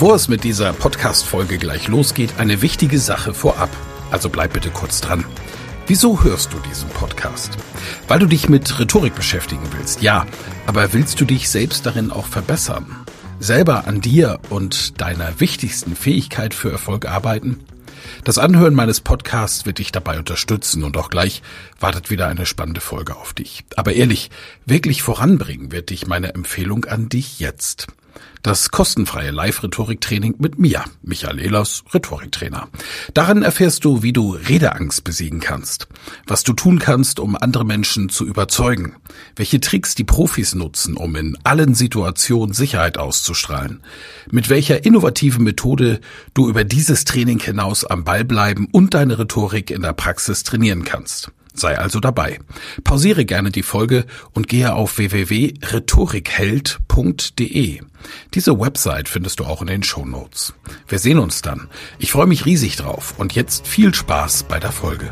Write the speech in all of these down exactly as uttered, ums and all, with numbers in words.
Bevor es mit dieser Podcast-Folge gleich losgeht, eine wichtige Sache vorab. Also bleib bitte kurz dran. Wieso hörst du diesen Podcast? Weil du dich mit Rhetorik beschäftigen willst, ja. Aber willst du dich selbst darin auch verbessern? Selber an dir und deiner wichtigsten Fähigkeit für Erfolg arbeiten? Das Anhören meines Podcasts wird dich dabei unterstützen und auch gleich wartet wieder eine spannende Folge auf dich. Aber ehrlich, wirklich voranbringen wird dich meine Empfehlung an dich jetzt. Das kostenfreie Live-Rhetorik-Training mit mir, Michael Ehlers, Rhetoriktrainer. Darin erfährst du, wie du Redeangst besiegen kannst, was du tun kannst, um andere Menschen zu überzeugen, welche Tricks die Profis nutzen, um in allen Situationen Sicherheit auszustrahlen, mit welcher innovativen Methode du über dieses Training hinaus am Ball bleiben und deine Rhetorik in der Praxis trainieren kannst. Sei also dabei. Pausiere gerne die Folge und gehe auf w w w punkt rhetorikheld punkt d e. Diese Website findest du auch in den Shownotes. Wir sehen uns dann. Ich freue mich riesig drauf und jetzt viel Spaß bei der Folge.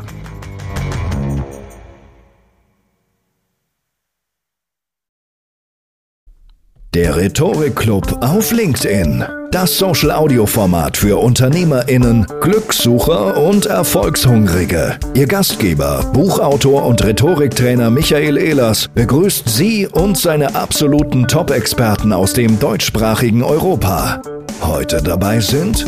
Der Rhetorik-Club auf LinkedIn. Das Social-Audio-Format für UnternehmerInnen, Glückssucher und Erfolgshungrige. Ihr Gastgeber, Buchautor und Rhetoriktrainer Michael Ehlers begrüßt Sie und seine absoluten Top-Experten aus dem deutschsprachigen Europa. Heute dabei sind...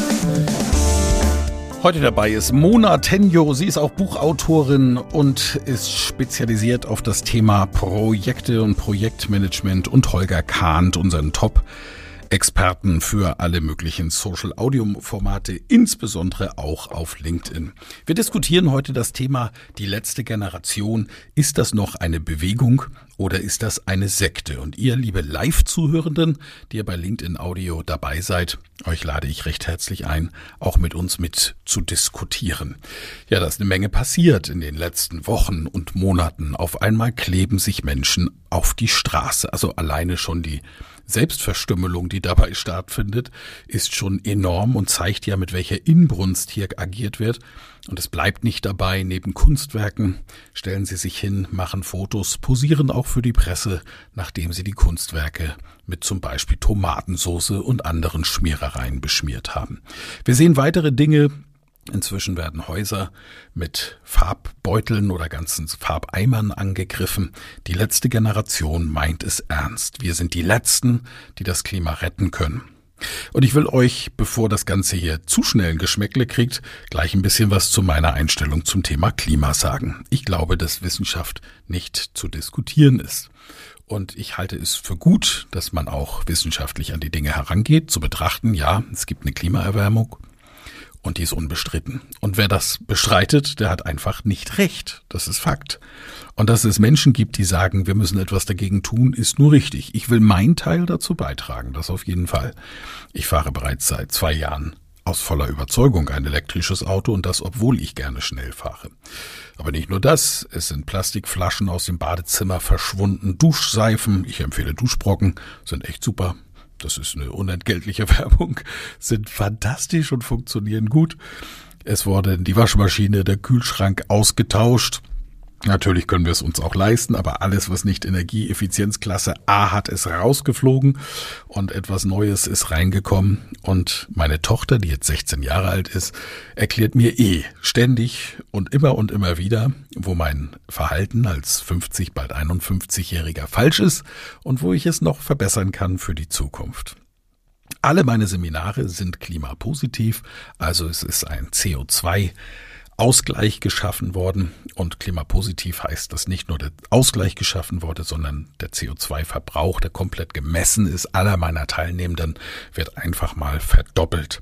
Heute dabei ist Mona Tenjo. Sie ist auch Buchautorin und ist spezialisiert auf das Thema Projekte und Projektmanagement, und Holger Kahnt, unseren Top-Experten für alle möglichen Social-Audio-Formate, insbesondere auch auf LinkedIn. Wir diskutieren heute das Thema die letzte Generation. Ist das noch eine Bewegung oder ist das eine Sekte? Und ihr, liebe Live-Zuhörenden, die ihr bei LinkedIn Audio dabei seid, euch lade ich recht herzlich ein, auch mit uns mit zu diskutieren. Ja, da ist eine Menge passiert in den letzten Wochen und Monaten. Auf einmal kleben sich Menschen auf die Straße. Also alleine schon die Selbstverstümmelung, die dabei stattfindet, ist schon enorm und zeigt ja, mit welcher Inbrunst hier agiert wird. Und es bleibt nicht dabei. Neben Kunstwerken stellen sie sich hin, machen Fotos, posieren auch für die Presse, nachdem sie die Kunstwerke mit zum Beispiel Tomatensauce und anderen Schmierereien beschmiert haben. Wir sehen weitere Dinge. Inzwischen werden Häuser mit Farbbeuteln oder ganzen Farbeimern angegriffen. Die letzte Generation meint es ernst. Wir sind die Letzten, die das Klima retten können. Und ich will euch, bevor das Ganze hier zu schnell ein Geschmäckle kriegt, gleich ein bisschen was zu meiner Einstellung zum Thema Klima sagen. Ich glaube, dass Wissenschaft nicht zu diskutieren ist. Und ich halte es für gut, dass man auch wissenschaftlich an die Dinge herangeht, zu betrachten, ja, es gibt eine Klimaerwärmung. Und die ist unbestritten. Und wer das bestreitet, der hat einfach nicht recht. Das ist Fakt. Und dass es Menschen gibt, die sagen, wir müssen etwas dagegen tun, ist nur richtig. Ich will meinen Teil dazu beitragen, das auf jeden Fall. Ich fahre bereits seit zwei Jahren aus voller Überzeugung ein elektrisches Auto, und das, obwohl ich gerne schnell fahre. Aber nicht nur das, es sind Plastikflaschen aus dem Badezimmer verschwunden, Duschseifen, ich empfehle Duschbrocken, sind echt super. Das ist eine unentgeltliche Werbung, sind fantastisch und funktionieren gut. Es wurde die Waschmaschine, der Kühlschrank ausgetauscht. Natürlich können wir es uns auch leisten, aber alles, was nicht Energieeffizienzklasse A hat, ist rausgeflogen und etwas Neues ist reingekommen. Und meine Tochter, die jetzt sechzehn Jahre alt ist, erklärt mir eh ständig und immer und immer wieder, wo mein Verhalten als fünfzig, bald einundfünfzigjähriger falsch ist und wo ich es noch verbessern kann für die Zukunft. Alle meine Seminare sind klimapositiv, also es ist ein C O zwei Ausgleich geschaffen worden, und klimapositiv heißt, dass nicht nur der Ausgleich geschaffen wurde, sondern der C O zwei Verbrauch, der komplett gemessen ist, aller meiner Teilnehmenden, wird einfach mal verdoppelt.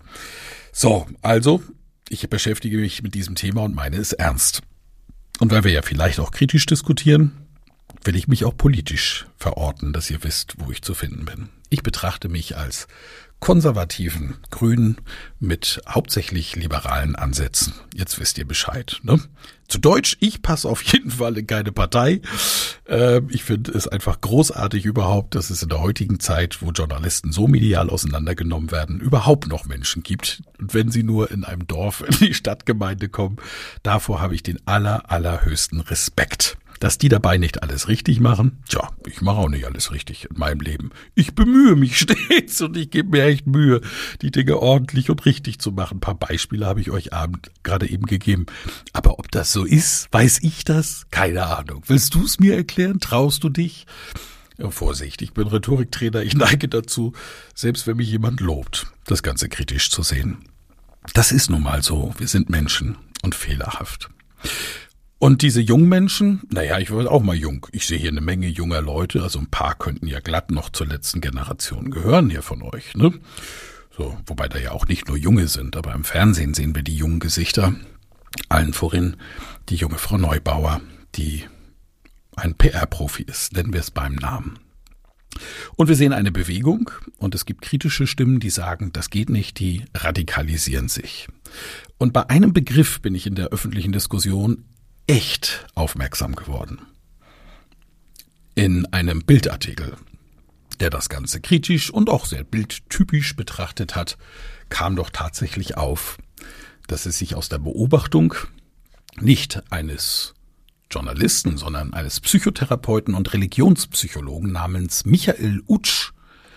So, also, ich beschäftige mich mit diesem Thema und meine es ernst. Und weil wir ja vielleicht auch kritisch diskutieren, will ich mich auch politisch verorten, dass ihr wisst, wo ich zu finden bin. Ich betrachte mich als konservativen Grünen mit hauptsächlich liberalen Ansätzen. Jetzt wisst ihr Bescheid, ne? Zu Deutsch, ich passe auf jeden Fall in keine Partei. Äh, ich finde es einfach großartig überhaupt, dass es in der heutigen Zeit, wo Journalisten so medial auseinandergenommen werden, überhaupt noch Menschen gibt. Und wenn sie nur in einem Dorf in die Stadtgemeinde kommen, davor habe ich den aller, allerhöchsten Respekt. Dass die dabei nicht alles richtig machen? Tja, ich mache auch nicht alles richtig in meinem Leben. Ich bemühe mich stets und ich gebe mir echt Mühe, die Dinge ordentlich und richtig zu machen. Ein paar Beispiele habe ich euch Abend gerade eben gegeben. Aber ob das so ist, weiß ich das? Keine Ahnung. Willst du es mir erklären? Traust du dich? Ja, Vorsicht, ich bin Rhetoriktrainer. Ich neige dazu, selbst wenn mich jemand lobt, das Ganze kritisch zu sehen. Das ist nun mal so. Wir sind Menschen und fehlerhaft. Und diese jungen Menschen, naja, ich war auch mal jung. Ich sehe hier eine Menge junger Leute, also ein paar könnten ja glatt noch zur letzten Generation gehören hier von euch, ne? So, wobei da ja auch nicht nur Junge sind, aber im Fernsehen sehen wir die jungen Gesichter. Allen vorin die junge Frau Neubauer, die ein P R-Profi ist, nennen wir es beim Namen. Und wir sehen eine Bewegung und es gibt kritische Stimmen, die sagen, das geht nicht, die radikalisieren sich. Und bei einem Begriff bin ich in der öffentlichen Diskussion echt aufmerksam geworden. In einem Bildartikel, der das Ganze kritisch und auch sehr bildtypisch betrachtet hat, kam doch tatsächlich auf, dass es sich aus der Beobachtung nicht eines Journalisten, sondern eines Psychotherapeuten und Religionspsychologen namens Michael Utsch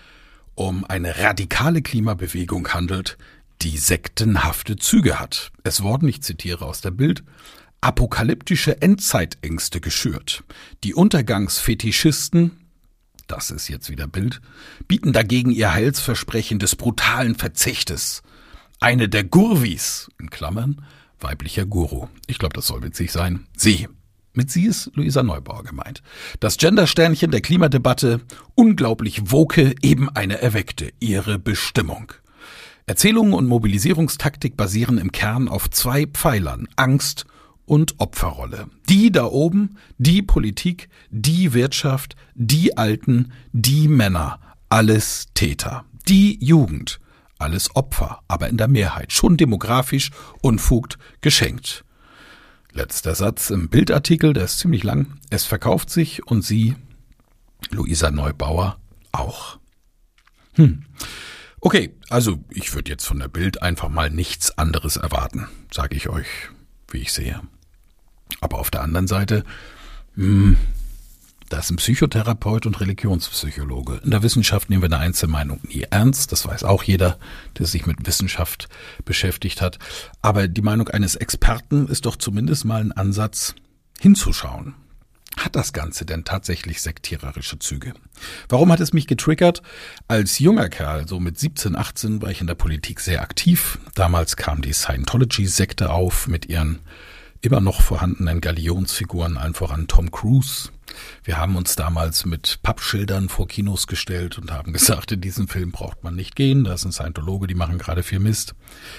um eine radikale Klimabewegung handelt, die sektenhafte Züge hat. Es wurden, ich zitiere aus der Bild, apokalyptische Endzeitängste geschürt. Die Untergangsfetischisten, das ist jetzt wieder Bild, bieten dagegen ihr Heilsversprechen des brutalen Verzichtes. Eine der Gurvis, in Klammern, weiblicher Guru. Ich glaube, das soll witzig sein. Sie. Mit sie ist Luisa Neubauer gemeint. Das Gendersternchen der Klimadebatte, unglaublich woke, eben eine erweckte, ihre Bestimmung. Erzählungen und Mobilisierungstaktik basieren im Kern auf zwei Pfeilern, Angst und Opferrolle. Die da oben, die Politik, die Wirtschaft, die Alten, die Männer, alles Täter. Die Jugend, alles Opfer, aber in der Mehrheit, schon demografisch unfugt geschenkt. Letzter Satz im Bildartikel, der ist ziemlich lang. Es verkauft sich und sie, Luisa Neubauer, auch. Hm. Okay, also ich würde jetzt von der Bild einfach mal nichts anderes erwarten, sage ich euch, wie ich sehe. Aber auf der anderen Seite, mh, da ist ein Psychotherapeut und Religionspsychologe. In der Wissenschaft nehmen wir eine Einzelmeinung nie ernst, das weiß auch jeder, der sich mit Wissenschaft beschäftigt hat. Aber die Meinung eines Experten ist doch zumindest mal ein Ansatz, hinzuschauen. Hat das Ganze denn tatsächlich sektiererische Züge? Warum hat es mich getriggert? Als junger Kerl, so mit siebzehn, achtzehn, war ich in der Politik sehr aktiv. Damals kam die Scientology-Sekte auf mit ihren immer noch vorhandenen Galionsfiguren, allen voran Tom Cruise. Wir haben uns damals mit Pappschildern vor Kinos gestellt und haben gesagt, in diesen Film braucht man nicht gehen, da ist ein Scientologe, die machen gerade viel Mist.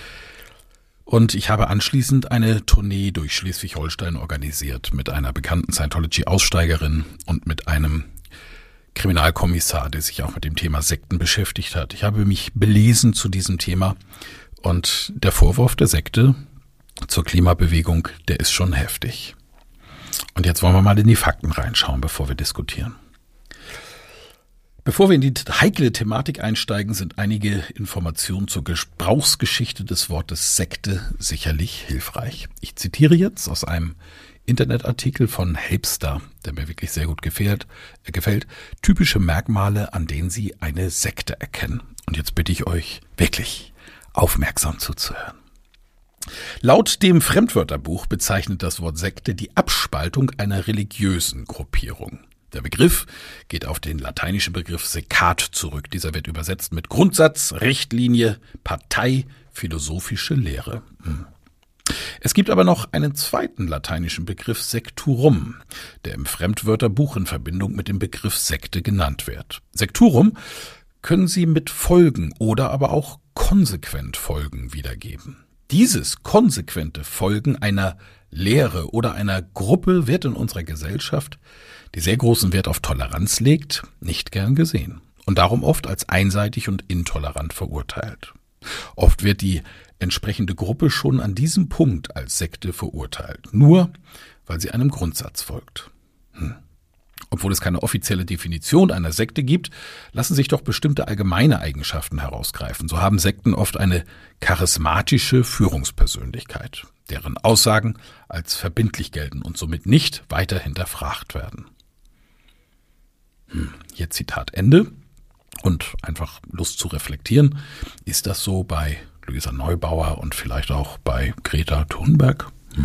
Und ich habe anschließend eine Tournee durch Schleswig-Holstein organisiert mit einer bekannten Scientology-Aussteigerin und mit einem Kriminalkommissar, der sich auch mit dem Thema Sekten beschäftigt hat. Ich habe mich belesen zu diesem Thema und der Vorwurf der Sekte zur Klimabewegung, der ist schon heftig. Und jetzt wollen wir mal in die Fakten reinschauen, bevor wir diskutieren. Bevor wir in die heikle Thematik einsteigen, sind einige Informationen zur Gebrauchsgeschichte des Wortes Sekte sicherlich hilfreich. Ich zitiere jetzt aus einem Internetartikel von Helpster, der mir wirklich sehr gut gefällt, äh, gefällt, typische Merkmale, an denen Sie eine Sekte erkennen. Und jetzt bitte ich euch wirklich aufmerksam zuzuhören. Laut dem Fremdwörterbuch bezeichnet das Wort Sekte die Abspaltung einer religiösen Gruppierung. Der Begriff geht auf den lateinischen Begriff Sekat zurück. Dieser wird übersetzt mit Grundsatz, Richtlinie, Partei, philosophische Lehre. Hm. Es gibt aber noch einen zweiten lateinischen Begriff Secturum, der im Fremdwörterbuch in Verbindung mit dem Begriff Sekte genannt wird. Secturum können Sie mit Folgen oder aber auch konsequent Folgen wiedergeben. Dieses konsequente Folgen einer Lehre oder einer Gruppe wird in unserer Gesellschaft, die sehr großen Wert auf Toleranz legt, nicht gern gesehen und darum oft als einseitig und intolerant verurteilt. Oft wird die entsprechende Gruppe schon an diesem Punkt als Sekte verurteilt, nur weil sie einem Grundsatz folgt. Hm. Obwohl es keine offizielle Definition einer Sekte gibt, lassen sich doch bestimmte allgemeine Eigenschaften herausgreifen. So haben Sekten oft eine charismatische Führungspersönlichkeit. deren Aussagen als verbindlich gelten und somit nicht weiter hinterfragt werden. Hm, hier Zitat Ende. Und einfach Lust zu reflektieren. Ist das so bei Luisa Neubauer und vielleicht auch bei Greta Thunberg? Hm.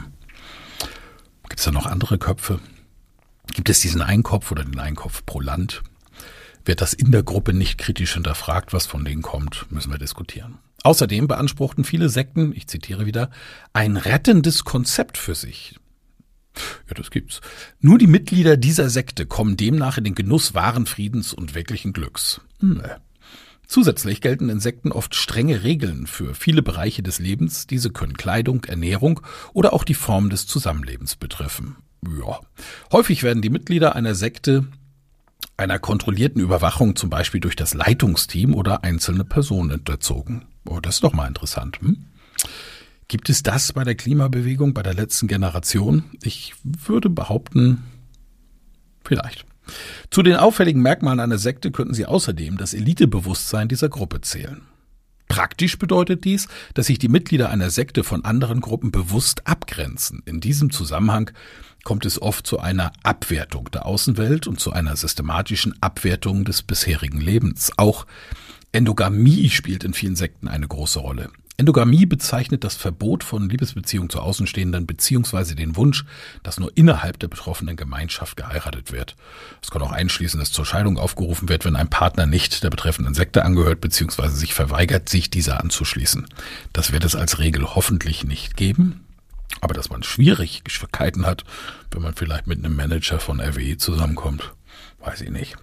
Gibt es da noch andere Köpfe? Gibt es diesen Einkopf oder den Einkopf pro Land? Wird das in der Gruppe nicht kritisch hinterfragt, was von denen kommt, müssen wir diskutieren. Außerdem beanspruchten viele Sekten, ich zitiere wieder, ein rettendes Konzept für sich. Ja, das gibt's. Nur die Mitglieder dieser Sekte kommen demnach in den Genuss wahren Friedens und wirklichen Glücks. Nee. Zusätzlich gelten in Sekten oft strenge Regeln für viele Bereiche des Lebens. Diese können Kleidung, Ernährung oder auch die Form des Zusammenlebens betreffen. Ja. Häufig werden die Mitglieder einer Sekte einer kontrollierten Überwachung, zum Beispiel durch das Leitungsteam oder einzelne Personen, unterzogen. Oh, das ist doch mal interessant. Hm? Gibt es das bei der Klimabewegung, bei der letzten Generation? Ich würde behaupten, vielleicht. Zu den auffälligen Merkmalen einer Sekte könnten Sie außerdem das Elitebewusstsein dieser Gruppe zählen. Praktisch bedeutet dies, dass sich die Mitglieder einer Sekte von anderen Gruppen bewusst abgrenzen. In diesem Zusammenhang kommt es oft zu einer Abwertung der Außenwelt und zu einer systematischen Abwertung des bisherigen Lebens. Auch Endogamie spielt in vielen Sekten eine große Rolle. Endogamie bezeichnet das Verbot von Liebesbeziehungen zu Außenstehenden beziehungsweise den Wunsch, dass nur innerhalb der betroffenen Gemeinschaft geheiratet wird. Es kann auch einschließen, dass zur Scheidung aufgerufen wird, wenn ein Partner nicht der betreffenden Sekte angehört beziehungsweise sich verweigert, sich dieser anzuschließen. Das wird es als Regel hoffentlich nicht geben. Aber dass man Schwierigkeiten hat, wenn man vielleicht mit einem Manager von R W E zusammenkommt, weiß ich nicht.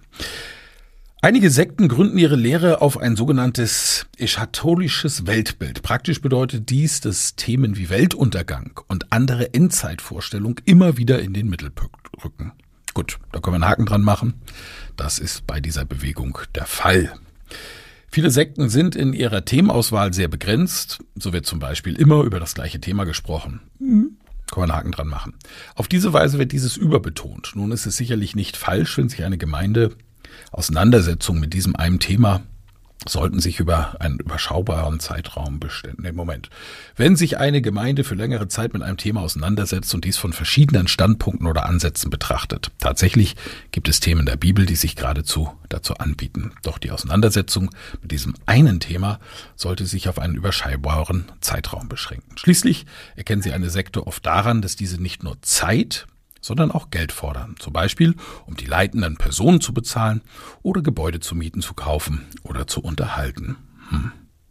Einige Sekten gründen ihre Lehre auf ein sogenanntes eschatolisches Weltbild. Praktisch bedeutet dies, dass Themen wie Weltuntergang und andere Endzeitvorstellungen immer wieder in den Mittelpunkt rücken. Gut, da können wir einen Haken dran machen. Das ist bei dieser Bewegung der Fall. Viele Sekten sind in ihrer Themenauswahl sehr begrenzt. So wird zum Beispiel immer über das gleiche Thema gesprochen. Mhm. Können wir einen Haken dran machen. Auf diese Weise wird dieses überbetont. Nun ist es sicherlich nicht falsch, wenn sich eine Gemeinde Auseinandersetzungen mit diesem einen Thema sollten sich über einen überschaubaren Zeitraum beständen. Im Moment. Wenn sich eine Gemeinde für längere Zeit mit einem Thema auseinandersetzt und dies von verschiedenen Standpunkten oder Ansätzen betrachtet. Tatsächlich gibt es Themen der Bibel, die sich geradezu dazu anbieten. Doch die Auseinandersetzung mit diesem einen Thema sollte sich auf einen überschaubaren Zeitraum beschränken. Schließlich erkennen Sie eine Sekte oft daran, dass diese nicht nur Zeit, sondern auch Geld fordern. Zum Beispiel, um die leitenden Personen zu bezahlen oder Gebäude zu mieten, zu kaufen oder zu unterhalten. Hm.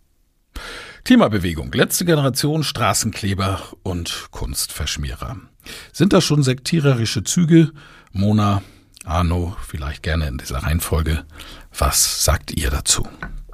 Klimabewegung, letzte Generation Straßenkleber und Kunstverschmierer. Sind das schon sektiererische Züge? Mona, Arno, vielleicht gerne in dieser Reihenfolge. Was sagt ihr dazu?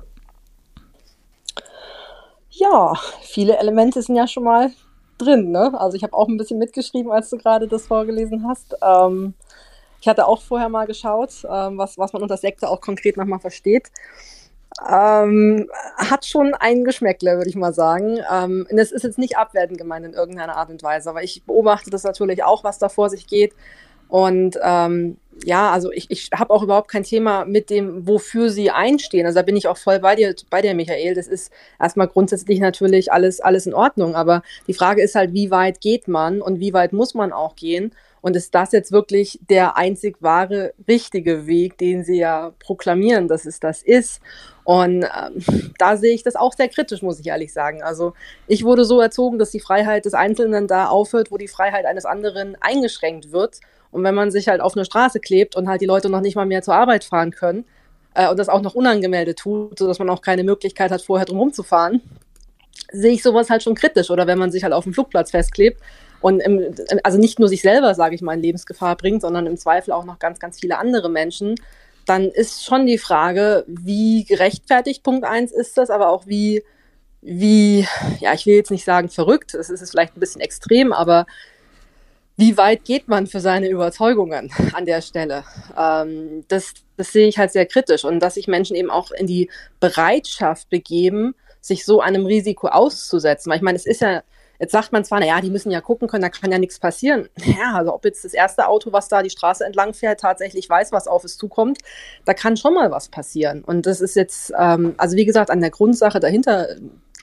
Ja, viele Elemente sind ja schon mal drin, ne? Also ich habe auch ein bisschen mitgeschrieben, als du gerade das vorgelesen hast. Ähm, ich hatte auch vorher mal geschaut, ähm, was, was man unter Sekte auch konkret nochmal versteht. Ähm, hat schon ein Geschmäckle, würde ich mal sagen. Ähm, und es ist jetzt nicht abwertend gemeint in irgendeiner Art und Weise, aber ich beobachte das natürlich auch, was da vor sich geht. Und ähm, ja, also ich, ich habe auch überhaupt kein Thema mit dem, wofür sie einstehen. Also da bin ich auch voll bei dir, bei dir, Michael. Das ist erstmal grundsätzlich natürlich alles, alles in Ordnung. Aber die Frage ist halt, wie weit geht man und wie weit muss man auch gehen? Und ist das jetzt wirklich der einzig wahre, richtige Weg, den sie ja proklamieren, dass es das ist? Und ähm, da sehe ich das auch sehr kritisch, muss ich ehrlich sagen. Also ich wurde so erzogen, dass die Freiheit des Einzelnen da aufhört, wo die Freiheit eines anderen eingeschränkt wird. Und wenn man sich halt auf eine Straße klebt und halt die Leute noch nicht mal mehr zur Arbeit fahren können äh, und das auch noch unangemeldet tut, sodass man auch keine Möglichkeit hat, vorher drum rumzufahren, sehe ich sowas halt schon kritisch. Oder wenn man sich halt auf dem Flugplatz festklebt und im, also nicht nur sich selber, sage ich mal, in Lebensgefahr bringt, sondern im Zweifel auch noch ganz, ganz viele andere Menschen, dann ist schon die Frage, wie gerechtfertigt, Punkt eins ist das, aber auch wie, wie, ja, ich will jetzt nicht sagen verrückt, es ist vielleicht ein bisschen extrem, aber wie weit geht man für seine Überzeugungen an der Stelle? Ähm, das, das sehe ich halt sehr kritisch. Und dass sich Menschen eben auch in die Bereitschaft begeben, sich so einem Risiko auszusetzen. Weil ich meine, es ist ja, jetzt sagt man zwar, naja, die müssen ja gucken können, da kann ja nichts passieren. Ja, also ob jetzt das erste Auto, was da die Straße entlang fährt, tatsächlich weiß, was auf es zukommt, da kann schon mal was passieren. Und das ist jetzt, ähm, also wie gesagt, an der Grundsache dahinter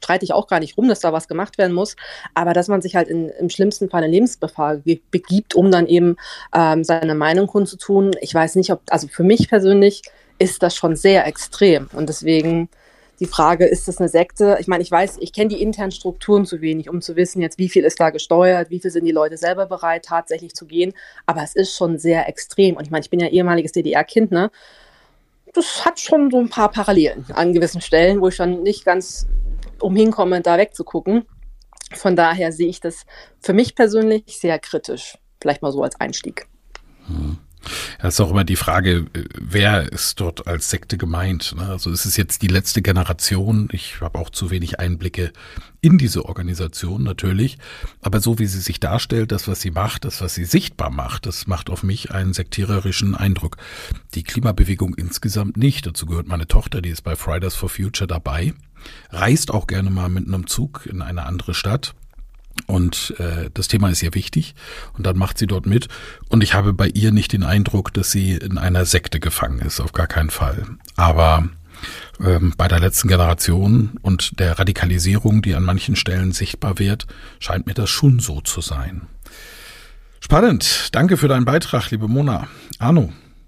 streite ich auch gar nicht rum, dass da was gemacht werden muss, aber dass man sich halt in, im schlimmsten Fall in Lebensgefahr begibt, um dann eben ähm, seine Meinung kundzutun. Ich weiß nicht, ob, also für mich persönlich ist das schon sehr extrem und deswegen die Frage, ist das eine Sekte? Ich meine, ich weiß, ich kenne die internen Strukturen zu wenig, um zu wissen jetzt, wie viel ist da gesteuert, wie viel sind die Leute selber bereit, tatsächlich zu gehen, aber es ist schon sehr extrem und ich meine, ich bin ja ehemaliges D D R-Kind, ne? Das hat schon so ein paar Parallelen an gewissen Stellen, wo ich schon nicht ganz umhinkomme, da wegzugucken. Von daher sehe ich das für mich persönlich sehr kritisch. Vielleicht mal so als Einstieg. Hm. Das ist auch immer die Frage, wer ist dort als Sekte gemeint? Also ist es jetzt die letzte Generation? Ich habe auch zu wenig Einblicke in diese Organisation natürlich. Aber so wie sie sich darstellt, das, was sie macht, das, was sie sichtbar macht, das macht auf mich einen sektiererischen Eindruck. Die Klimabewegung insgesamt nicht. Dazu gehört meine Tochter, die ist bei Fridays for Future dabei. Reist auch gerne mal mit einem Zug in eine andere Stadt. Und äh, das Thema ist ihr wichtig und dann macht sie dort mit und ich habe bei ihr nicht den Eindruck, dass sie in einer Sekte gefangen ist, auf gar keinen Fall. Aber ähm, bei der letzten Generation und der Radikalisierung, die an manchen Stellen sichtbar wird, scheint mir das schon so zu sein. Spannend, danke für deinen Beitrag, liebe Mona. Arno.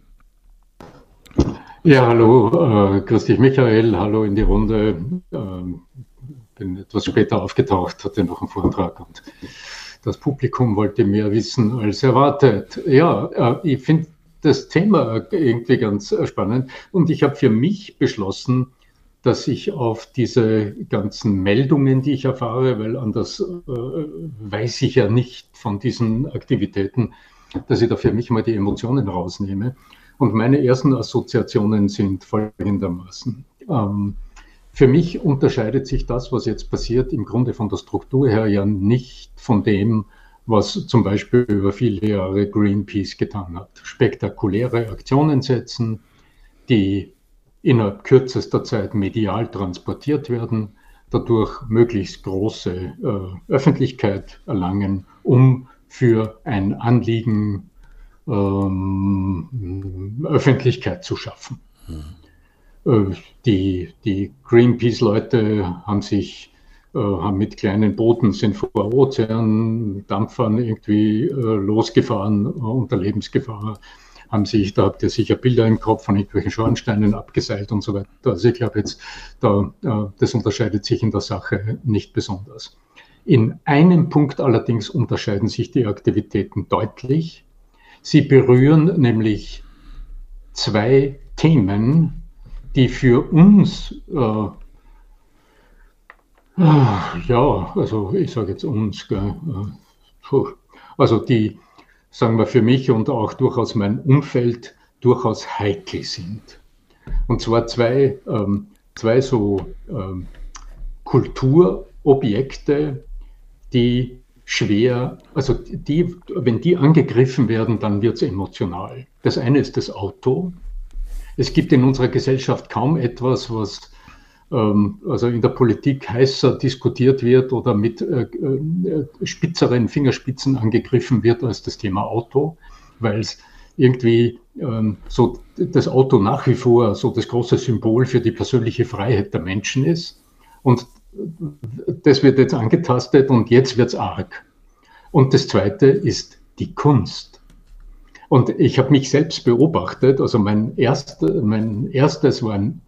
Ja, hallo, äh, grüß dich Michael, hallo in die Runde. Ähm, bin etwas später aufgetaucht, hatte noch einen Vortrag und das Publikum wollte mehr wissen als erwartet. Ja, ich finde das Thema irgendwie ganz spannend und ich habe für mich beschlossen, dass ich auf diese ganzen Meldungen, die ich erfahre, weil anders äh, weiß ich ja nicht von diesen Aktivitäten, dass ich da für mich mal die Emotionen rausnehme. Und meine ersten Assoziationen sind folgendermaßen. Ähm, Für mich unterscheidet sich das, was jetzt passiert, im Grunde von der Struktur her ja nicht von dem, was zum Beispiel über viele Jahre Greenpeace getan hat. Spektakuläre Aktionen setzen, die innerhalb kürzester Zeit medial transportiert werden, dadurch möglichst große äh, Öffentlichkeit erlangen, um für ein Anliegen ähm, Öffentlichkeit zu schaffen. Hm. Die, die Greenpeace-Leute haben sich äh, haben mit kleinen Booten sind vor Ozean, Dampfern irgendwie äh, losgefahren äh, unter Lebensgefahr, haben sich, da habt ihr sicher Bilder im Kopf von irgendwelchen Schornsteinen abgeseilt und so weiter. Also ich glaube jetzt, da, äh, das unterscheidet sich in der Sache nicht besonders. In einem Punkt allerdings unterscheiden sich die Aktivitäten deutlich. Sie berühren nämlich zwei Themen, die für uns, äh, ja, also ich sage jetzt uns, gell, äh, also die, sagen wir für mich und auch durchaus mein Umfeld, durchaus heikel sind. Und zwar zwei, ähm, zwei so ähm, Kulturobjekte, die schwer, also die, wenn die angegriffen werden, dann wird es emotional. Das eine ist das Auto. Es gibt in unserer Gesellschaft kaum etwas, was ähm, also in der Politik heißer diskutiert wird oder mit äh, äh, spitzeren Fingerspitzen angegriffen wird als das Thema Auto, weil es irgendwie ähm, so das Auto nach wie vor so das große Symbol für die persönliche Freiheit der Menschen ist. Und das wird jetzt angetastet und jetzt wird es arg. Und das Zweite ist die Kunst. Und ich habe mich selbst beobachtet, also mein, erst, mein erstes war ein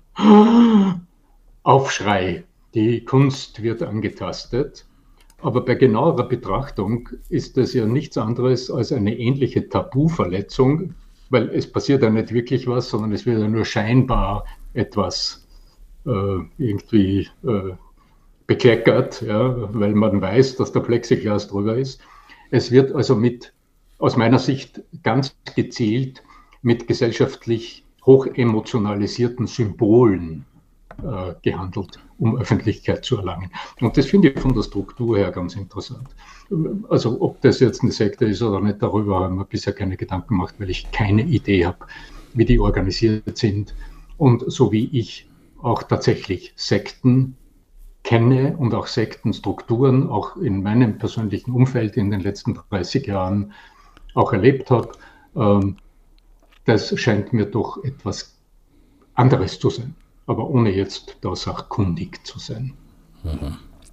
Aufschrei, die Kunst wird angetastet. Aber bei genauerer Betrachtung ist das ja nichts anderes als eine ähnliche Tabuverletzung, weil es passiert ja nicht wirklich was, sondern es wird ja nur scheinbar etwas äh, irgendwie äh, bekleckert, ja, weil man weiß, dass der Plexiglas drüber ist. Es wird also mit aus meiner Sicht ganz gezielt mit gesellschaftlich hochemotionalisierten Symbolen äh, gehandelt, um Öffentlichkeit zu erlangen. Und das finde ich von der Struktur her ganz interessant. Also ob das jetzt eine Sekte ist oder nicht, darüber haben wir bisher keine Gedanken gemacht, weil ich keine Idee habe, wie die organisiert sind. Und so wie ich auch tatsächlich Sekten kenne und auch Sektenstrukturen, auch in meinem persönlichen Umfeld in den letzten dreißig Jahren auch erlebt habe, ähm, das scheint mir doch etwas anderes zu sein, aber ohne jetzt da sachkundig zu sein. Mhm.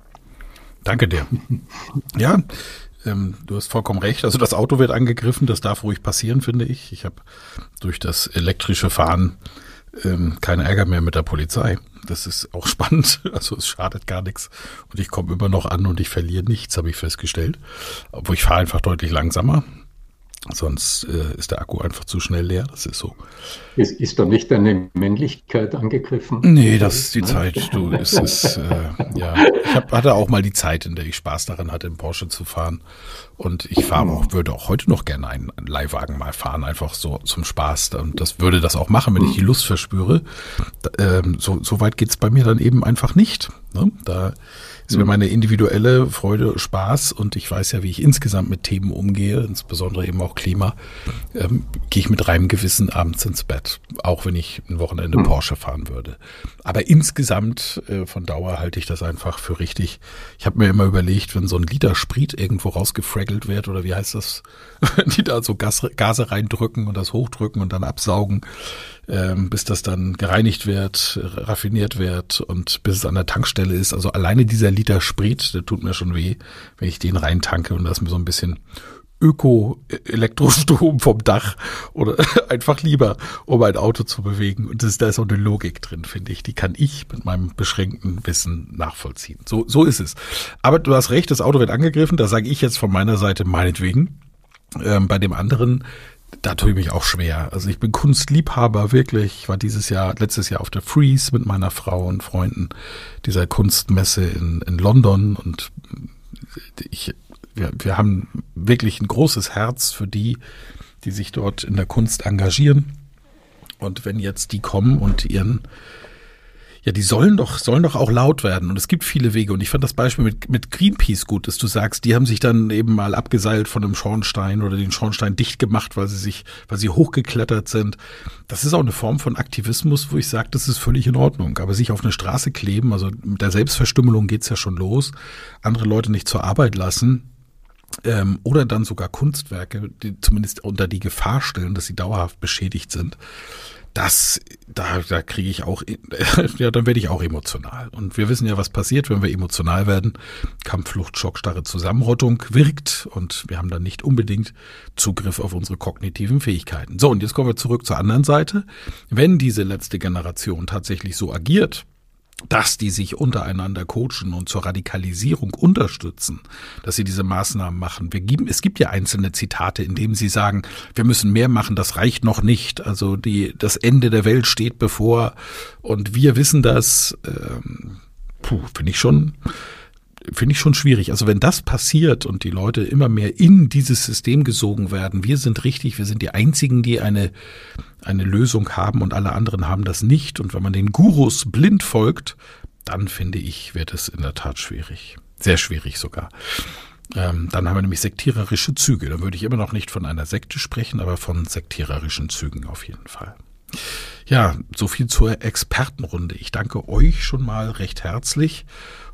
Danke dir. Ja, ähm, du hast vollkommen recht. Also das Auto wird angegriffen, das darf ruhig passieren, finde ich. Ich habe durch das elektrische Fahren ähm, keinen Ärger mehr mit der Polizei. Das ist auch spannend. Also es schadet gar nichts. Und ich komme immer noch an und ich verliere nichts, habe ich festgestellt. Obwohl ich fahre einfach deutlich langsamer. Sonst äh, ist der Akku einfach zu schnell leer. Das ist so. Ist, ist da nicht deine Männlichkeit angegriffen? Nee, das ist die Zeit. Du, es ist, äh, ja. Ich hab, hatte auch mal die Zeit, in der ich Spaß daran hatte, im Porsche zu fahren. Und ich fahre auch, würde auch heute noch gerne einen Leihwagen mal fahren, einfach so zum Spaß. Und das würde das auch machen, wenn ich die Lust verspüre. Da, ähm, so, so weit geht's bei mir dann eben einfach nicht. Ne? Da ist mir meine individuelle Freude, Spaß und ich weiß ja, wie ich insgesamt mit Themen umgehe, insbesondere eben auch Klima, ähm, gehe ich mit reinem Gewissen abends ins Bett, auch wenn ich ein Wochenende Porsche fahren würde. Aber insgesamt äh, von Dauer halte ich das einfach für richtig. Ich habe mir immer überlegt, wenn so ein Liter Sprit irgendwo rausgefraggelt wird oder wie heißt das, wenn die da so Gas, Gase reindrücken und das hochdrücken und dann absaugen, ähm, bis das dann gereinigt wird, raffiniert wird und bis es an der Tankstelle ist. Also alleine dieser Liter Sprit, der tut mir schon weh, wenn ich den reintanke und da ist mir so ein bisschen Öko-Elektrostrom vom Dach oder einfach lieber, um ein Auto zu bewegen. Und das, da ist auch eine Logik drin, finde ich. Die kann ich mit meinem beschränkten Wissen nachvollziehen. So, so ist es. Aber du hast recht, das Auto wird angegriffen. Da sage ich jetzt von meiner Seite meinetwegen. Ähm, bei dem anderen, da tue ich mich auch schwer. Also ich bin Kunstliebhaber, wirklich. Ich war dieses Jahr, letztes Jahr auf der Frieze mit meiner Frau und Freunden dieser Kunstmesse in, in London und ich Wir, wir haben wirklich ein großes Herz für die, die sich dort in der Kunst engagieren. Und wenn jetzt die kommen und ihren, ja, die sollen doch, sollen doch auch laut werden. Und es gibt viele Wege. Und ich fand das Beispiel mit, mit Greenpeace gut, dass du sagst, die haben sich dann eben mal abgeseilt von einem Schornstein oder den Schornstein dicht gemacht, weil sie sich, weil sie hochgeklettert sind. Das ist auch eine Form von Aktivismus, wo ich sage, das ist völlig in Ordnung. Aber sich auf eine Straße kleben, also mit der Selbstverstümmelung geht's ja schon los, andere Leute nicht zur Arbeit lassen, Ähm, oder dann sogar Kunstwerke, die zumindest unter die Gefahr stellen, dass sie dauerhaft beschädigt sind. Das, da, da kriege ich auch, ja, dann werde ich auch emotional. Und wir wissen ja, was passiert, wenn wir emotional werden. Kampf, Flucht, Schockstarre, Zusammenrottung wirkt und wir haben dann nicht unbedingt Zugriff auf unsere kognitiven Fähigkeiten. So, und jetzt kommen wir zurück zur anderen Seite. Wenn diese letzte Generation tatsächlich so agiert, dass die sich untereinander coachen und zur Radikalisierung unterstützen, dass sie diese Maßnahmen machen. Wir geben, es gibt ja einzelne Zitate, in denen sie sagen, wir müssen mehr machen, das reicht noch nicht. Also die, das Ende der Welt steht bevor und wir wissen das. Ähm, puh, finde ich schon, finde ich schon schwierig. Also wenn das passiert und die Leute immer mehr in dieses System gesogen werden, wir sind richtig, wir sind die Einzigen, die eine eine Lösung haben und alle anderen haben das nicht. Und wenn man den Gurus blind folgt, dann finde ich, wird es in der Tat schwierig. Sehr schwierig sogar. Ähm, dann haben wir nämlich sektiererische Züge. Da würde ich immer noch nicht von einer Sekte sprechen, aber von sektiererischen Zügen auf jeden Fall. Ja, so viel zur Expertenrunde. Ich danke euch schon mal recht herzlich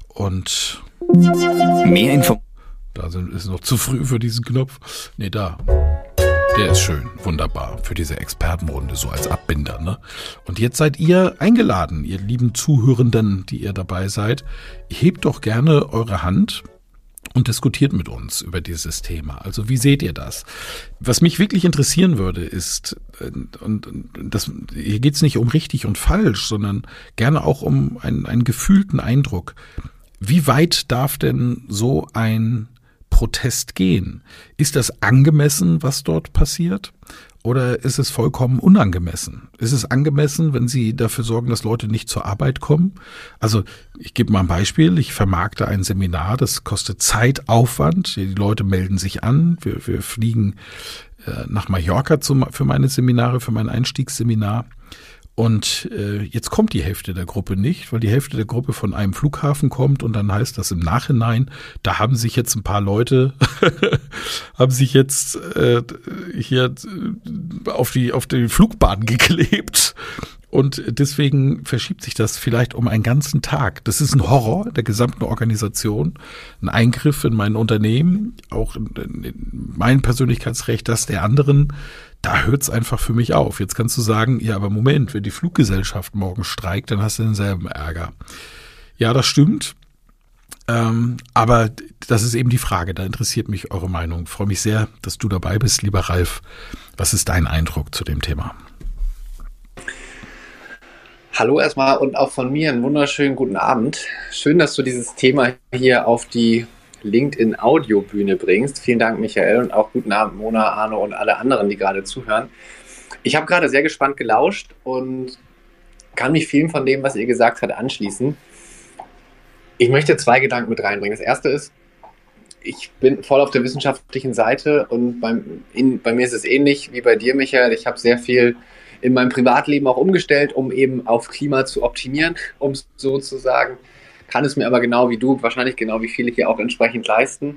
und mehr Info. Da sind, ist noch zu früh für diesen Knopf. Nee, da. Der ist schön, wunderbar für diese Expertenrunde, so als Abbinder, ne? Und jetzt seid ihr eingeladen, ihr lieben Zuhörenden, die ihr dabei seid. Hebt doch gerne eure Hand und diskutiert mit uns über dieses Thema. Also wie seht ihr das? Was mich wirklich interessieren würde, ist, und, und das, hier geht's nicht um richtig und falsch, sondern gerne auch um einen, einen gefühlten Eindruck. Wie weit darf denn so ein Protest gehen? Ist das angemessen, was dort passiert? Oder ist es vollkommen unangemessen? Ist es angemessen, wenn Sie dafür sorgen, dass Leute nicht zur Arbeit kommen? Also ich gebe mal ein Beispiel. Ich vermarkte ein Seminar, das kostet Zeit, Aufwand. Die Leute melden sich an. Wir, wir fliegen äh, nach Mallorca zum, für meine Seminare, für mein Einstiegsseminar. Und äh, jetzt kommt die Hälfte der Gruppe nicht, weil die Hälfte der Gruppe von einem Flughafen kommt und dann heißt das im Nachhinein, da haben sich jetzt ein paar Leute, haben sich jetzt äh, hier auf die auf die Flugbahn geklebt. Und deswegen verschiebt sich das vielleicht um einen ganzen Tag. Das ist ein Horror der gesamten Organisation, ein Eingriff in mein Unternehmen, auch in, in mein Persönlichkeitsrecht, das der anderen. Da hört's einfach für mich auf. Jetzt kannst du sagen, ja, aber Moment, wenn die Fluggesellschaft morgen streikt, dann hast du denselben Ärger. Ja, das stimmt. Ähm, aber das ist eben die Frage, da interessiert mich eure Meinung. Ich freue mich sehr, dass du dabei bist, lieber Ralf. Was ist dein Eindruck zu dem Thema? Hallo erstmal und auch von mir einen wunderschönen guten Abend. Schön, dass du dieses Thema hier auf die LinkedIn-Audiobühne bringst. Vielen Dank, Michael, und auch guten Abend, Mona, Arno und alle anderen, die gerade zuhören. Ich habe gerade sehr gespannt gelauscht und kann mich vielen von dem, was ihr gesagt habt, anschließen. Ich möchte zwei Gedanken mit reinbringen. Das erste ist, ich bin voll auf der wissenschaftlichen Seite und beim, in, bei mir ist es ähnlich wie bei dir, Michael. Ich habe sehr viel in meinem Privatleben auch umgestellt, um eben auf Klima zu optimieren, um es so zu sagen. Kann es mir aber genau wie du, wahrscheinlich genau wie viele hier auch entsprechend leisten.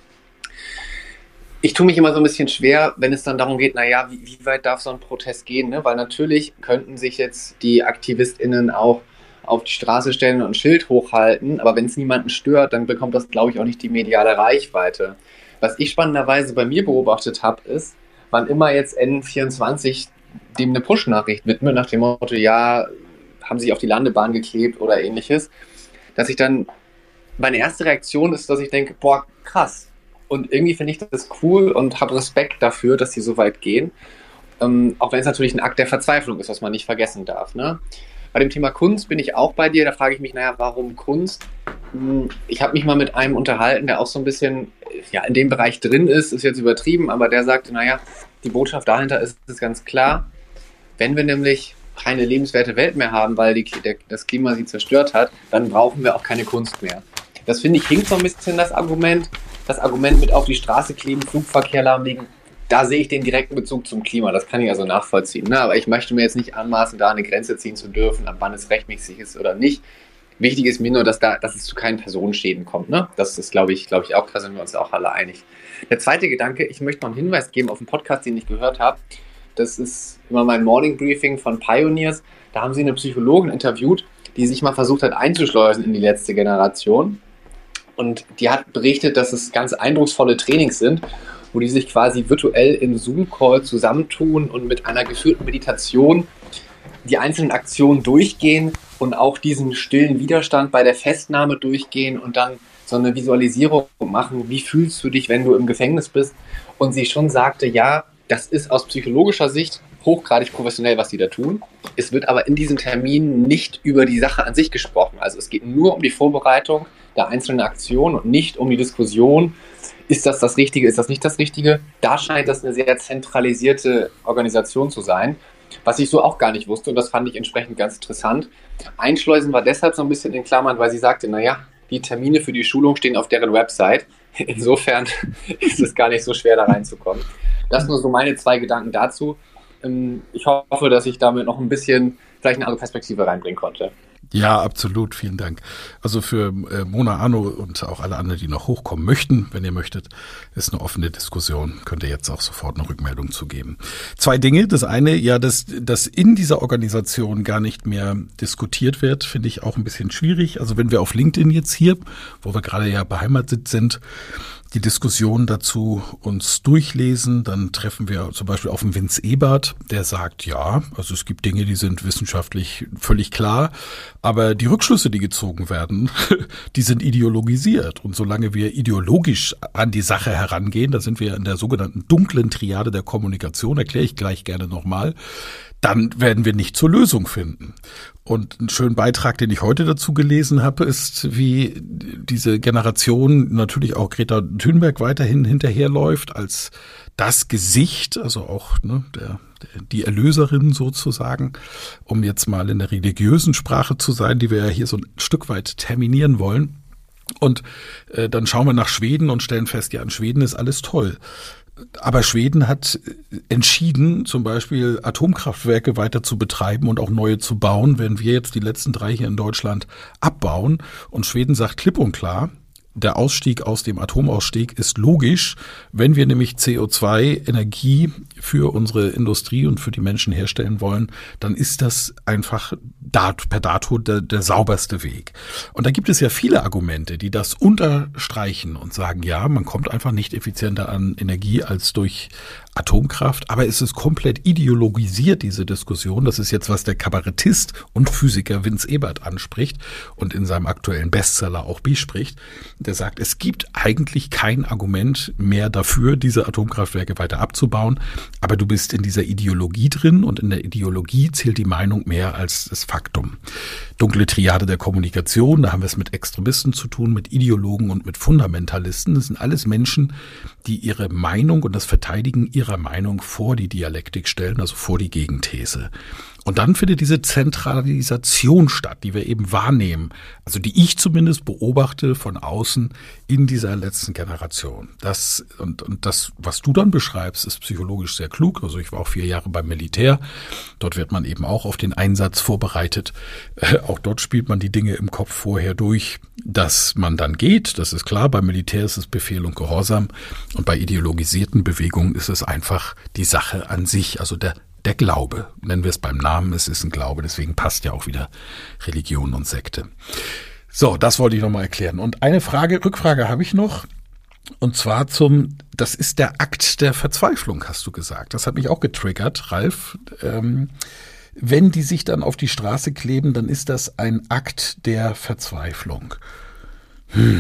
Ich tue mich immer so ein bisschen schwer, wenn es dann darum geht, naja, wie, wie weit darf so ein Protest gehen? Ne? Weil natürlich könnten sich jetzt die AktivistInnen auch auf die Straße stellen und ein Schild hochhalten, aber wenn es niemanden stört, dann bekommt das, glaube ich, auch nicht die mediale Reichweite. Was ich spannenderweise bei mir beobachtet habe, ist, wann immer jetzt N vierundzwanzig dem eine Push-Nachricht widmet, nach dem Motto, ja, haben sie auf die Landebahn geklebt oder ähnliches, dass ich dann, meine erste Reaktion ist, dass ich denke, boah, krass. Und irgendwie finde ich das cool und habe Respekt dafür, dass sie so weit gehen. Ähm, auch wenn es natürlich ein Akt der Verzweiflung ist, was man nicht vergessen darf, ne? Bei dem Thema Kunst bin ich auch bei dir. Da frage ich mich, naja, warum Kunst? Ich habe mich mal mit einem unterhalten, der auch so ein bisschen ja, in dem Bereich drin ist, ist jetzt übertrieben, aber der sagte, naja, die Botschaft dahinter ist, ist ganz klar. Wenn wir nämlich keine lebenswerte Welt mehr haben, weil die, der, das Klima sie zerstört hat, dann brauchen wir auch keine Kunst mehr. Das finde ich, hinkt so ein bisschen das Argument. Das Argument mit auf die Straße kleben, Flugverkehr lahmlegen, da sehe ich den direkten Bezug zum Klima. Das kann ich also nachvollziehen. Ne? Aber ich möchte mir jetzt nicht anmaßen, da eine Grenze ziehen zu dürfen, ab wann es rechtmäßig ist oder nicht. Wichtig ist mir nur, dass, da, dass es zu keinen Personenschäden kommt. Ne? Das ist, glaube ich, glaube ich, auch, da sind wir uns auch alle einig. Der zweite Gedanke, ich möchte noch einen Hinweis geben auf einen Podcast, den ich gehört habe. Das ist immer mein Morning Briefing von Pioneers. Da haben sie eine Psychologin interviewt, die sich mal versucht hat einzuschleusen in die letzte Generation. Und die hat berichtet, dass es ganz eindrucksvolle Trainings sind, wo die sich quasi virtuell in Zoom-Call zusammentun und mit einer geführten Meditation die einzelnen Aktionen durchgehen und auch diesen stillen Widerstand bei der Festnahme durchgehen und dann so eine Visualisierung machen, wie fühlst du dich, wenn du im Gefängnis bist? Und sie schon sagte, ja, das ist aus psychologischer Sicht hochgradig professionell, was sie da tun. Es wird aber in diesem Termin nicht über die Sache an sich gesprochen. Also es geht nur um die Vorbereitung der einzelnen Aktionen und nicht um die Diskussion, ist das das Richtige, ist das nicht das Richtige? Da scheint das eine sehr zentralisierte Organisation zu sein, was ich so auch gar nicht wusste und das fand ich entsprechend ganz interessant. Einschleusen war deshalb so ein bisschen in Klammern, weil sie sagte, naja, die Termine für die Schulung stehen auf deren Website. Insofern ist es gar nicht so schwer, da reinzukommen. Das nur so meine zwei Gedanken dazu. Ich hoffe, dass ich damit noch ein bisschen vielleicht eine andere Perspektive reinbringen konnte. Ja, absolut. Vielen Dank. Also für äh, Mona, Arno und auch alle anderen, die noch hochkommen möchten, wenn ihr möchtet, ist eine offene Diskussion. Könnt ihr jetzt auch sofort eine Rückmeldung zu geben. Zwei Dinge. Das eine, ja, dass, dass in dieser Organisation gar nicht mehr diskutiert wird, finde ich auch ein bisschen schwierig. Also wenn wir auf LinkedIn jetzt hier, wo wir gerade ja beheimatet sind, die Diskussion dazu uns durchlesen, dann treffen wir zum Beispiel auf den Vince Ebert, der sagt, ja, also es gibt Dinge, die sind wissenschaftlich völlig klar, aber die Rückschlüsse, die gezogen werden, die sind ideologisiert. Und solange wir ideologisch an die Sache herangehen, da sind wir in der sogenannten dunklen Triade der Kommunikation, erkläre ich gleich gerne nochmal, dann werden wir nicht zur Lösung finden. Und einen schönen Beitrag, den ich heute dazu gelesen habe, ist, wie diese Generation, natürlich auch Greta Thunberg, weiterhin hinterherläuft als das Gesicht, also auch ne, der, der, die Erlöserin sozusagen, um jetzt mal in der religiösen Sprache zu sein, die wir ja hier so ein Stück weit terminieren wollen. Und äh, dann schauen wir nach Schweden und stellen fest, ja, in Schweden ist alles toll. Aber Schweden hat entschieden, zum Beispiel Atomkraftwerke weiter zu betreiben und auch neue zu bauen, während wir jetzt die letzten drei hier in Deutschland abbauen. Und Schweden sagt klipp und klar, der Ausstieg aus dem Atomausstieg ist logisch. Wenn wir nämlich C O zwei Energie für unsere Industrie und für die Menschen herstellen wollen, dann ist das einfach dat, per dato der, der sauberste Weg. Und da gibt es ja viele Argumente, die das unterstreichen und sagen, ja, man kommt einfach nicht effizienter an Energie als durch Atomkraft, aber es ist komplett ideologisiert, diese Diskussion. Das ist jetzt, was der Kabarettist und Physiker Vince Ebert anspricht und in seinem aktuellen Bestseller auch bespricht. Der sagt, es gibt eigentlich kein Argument mehr dafür, diese Atomkraftwerke weiter abzubauen, aber du bist in dieser Ideologie drin und in der Ideologie zählt die Meinung mehr als das Faktum. Dunkle Triade der Kommunikation, da haben wir es mit Extremisten zu tun, mit Ideologen und mit Fundamentalisten. Das sind alles Menschen, die ihre Meinung und das Verteidigen ihrer Meinung vor die Dialektik stellen, also vor die Gegenthese. Und dann findet diese Zentralisation statt, die wir eben wahrnehmen, also die ich zumindest beobachte von außen in dieser letzten Generation. Das und, und das, was du dann beschreibst, ist psychologisch sehr klug. Also ich war auch vier Jahre beim Militär. Dort wird man eben auch auf den Einsatz vorbereitet. Äh, auch dort spielt man die Dinge im Kopf vorher durch, dass man dann geht. Das ist klar. Beim Militär ist es Befehl und Gehorsam. Und bei ideologisierten Bewegungen ist es einfach die Sache an sich, also der Der Glaube, nennen wir es beim Namen, es ist ein Glaube, deswegen passt ja auch wieder Religion und Sekte. So, das wollte ich nochmal erklären. Und eine Frage, Rückfrage habe ich noch, und zwar zum, das ist der Akt der Verzweiflung, hast du gesagt. Das hat mich auch getriggert, Ralf. Ähm, wenn die sich dann auf die Straße kleben, dann ist das ein Akt der Verzweiflung. Hm.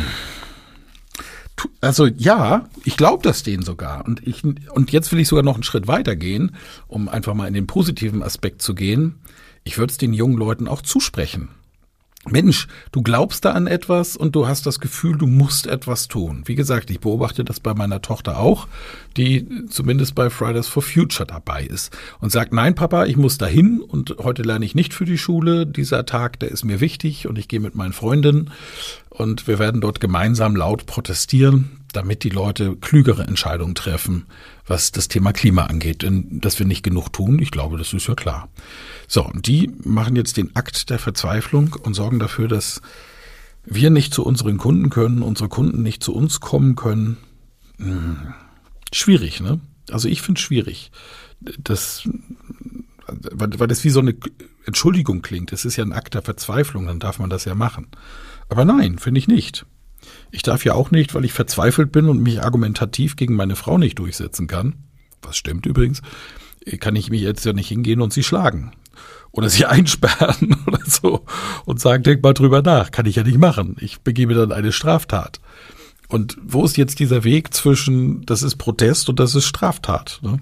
Also ja, ich glaube das denen sogar. Und ich und jetzt will ich sogar noch einen Schritt weiter gehen, um einfach mal in den positiven Aspekt zu gehen. Ich würde es den jungen Leuten auch zusprechen. Mensch, du glaubst da an etwas und du hast das Gefühl, du musst etwas tun. Wie gesagt, ich beobachte das bei meiner Tochter auch, die zumindest bei Fridays for Future dabei ist und sagt, nein Papa, ich muss dahin und heute lerne ich nicht für die Schule. Dieser Tag, der ist mir wichtig und ich gehe mit meinen Freundinnen und wir werden dort gemeinsam laut protestieren, damit die Leute klügere Entscheidungen treffen, was das Thema Klima angeht. Denn dass wir nicht genug tun, ich glaube, das ist ja klar. So, und die machen jetzt den Akt der Verzweiflung und sorgen dafür, dass wir nicht zu unseren Kunden können, unsere Kunden nicht zu uns kommen können. Hm. Schwierig, ne? Also ich finde es schwierig. Das, weil, weil das wie so eine Entschuldigung klingt. Es ist ja ein Akt der Verzweiflung, dann darf man das ja machen. Aber nein, finde ich nicht. Ich darf ja auch nicht, weil ich verzweifelt bin und mich argumentativ gegen meine Frau nicht durchsetzen kann, was stimmt übrigens, kann ich mich jetzt ja nicht hingehen und sie schlagen oder sie einsperren oder so und sagen, denk mal drüber nach, kann ich ja nicht machen. Ich begebe dann eine Straftat. Und wo ist jetzt dieser Weg zwischen, das ist Protest und das ist Straftat? Ne?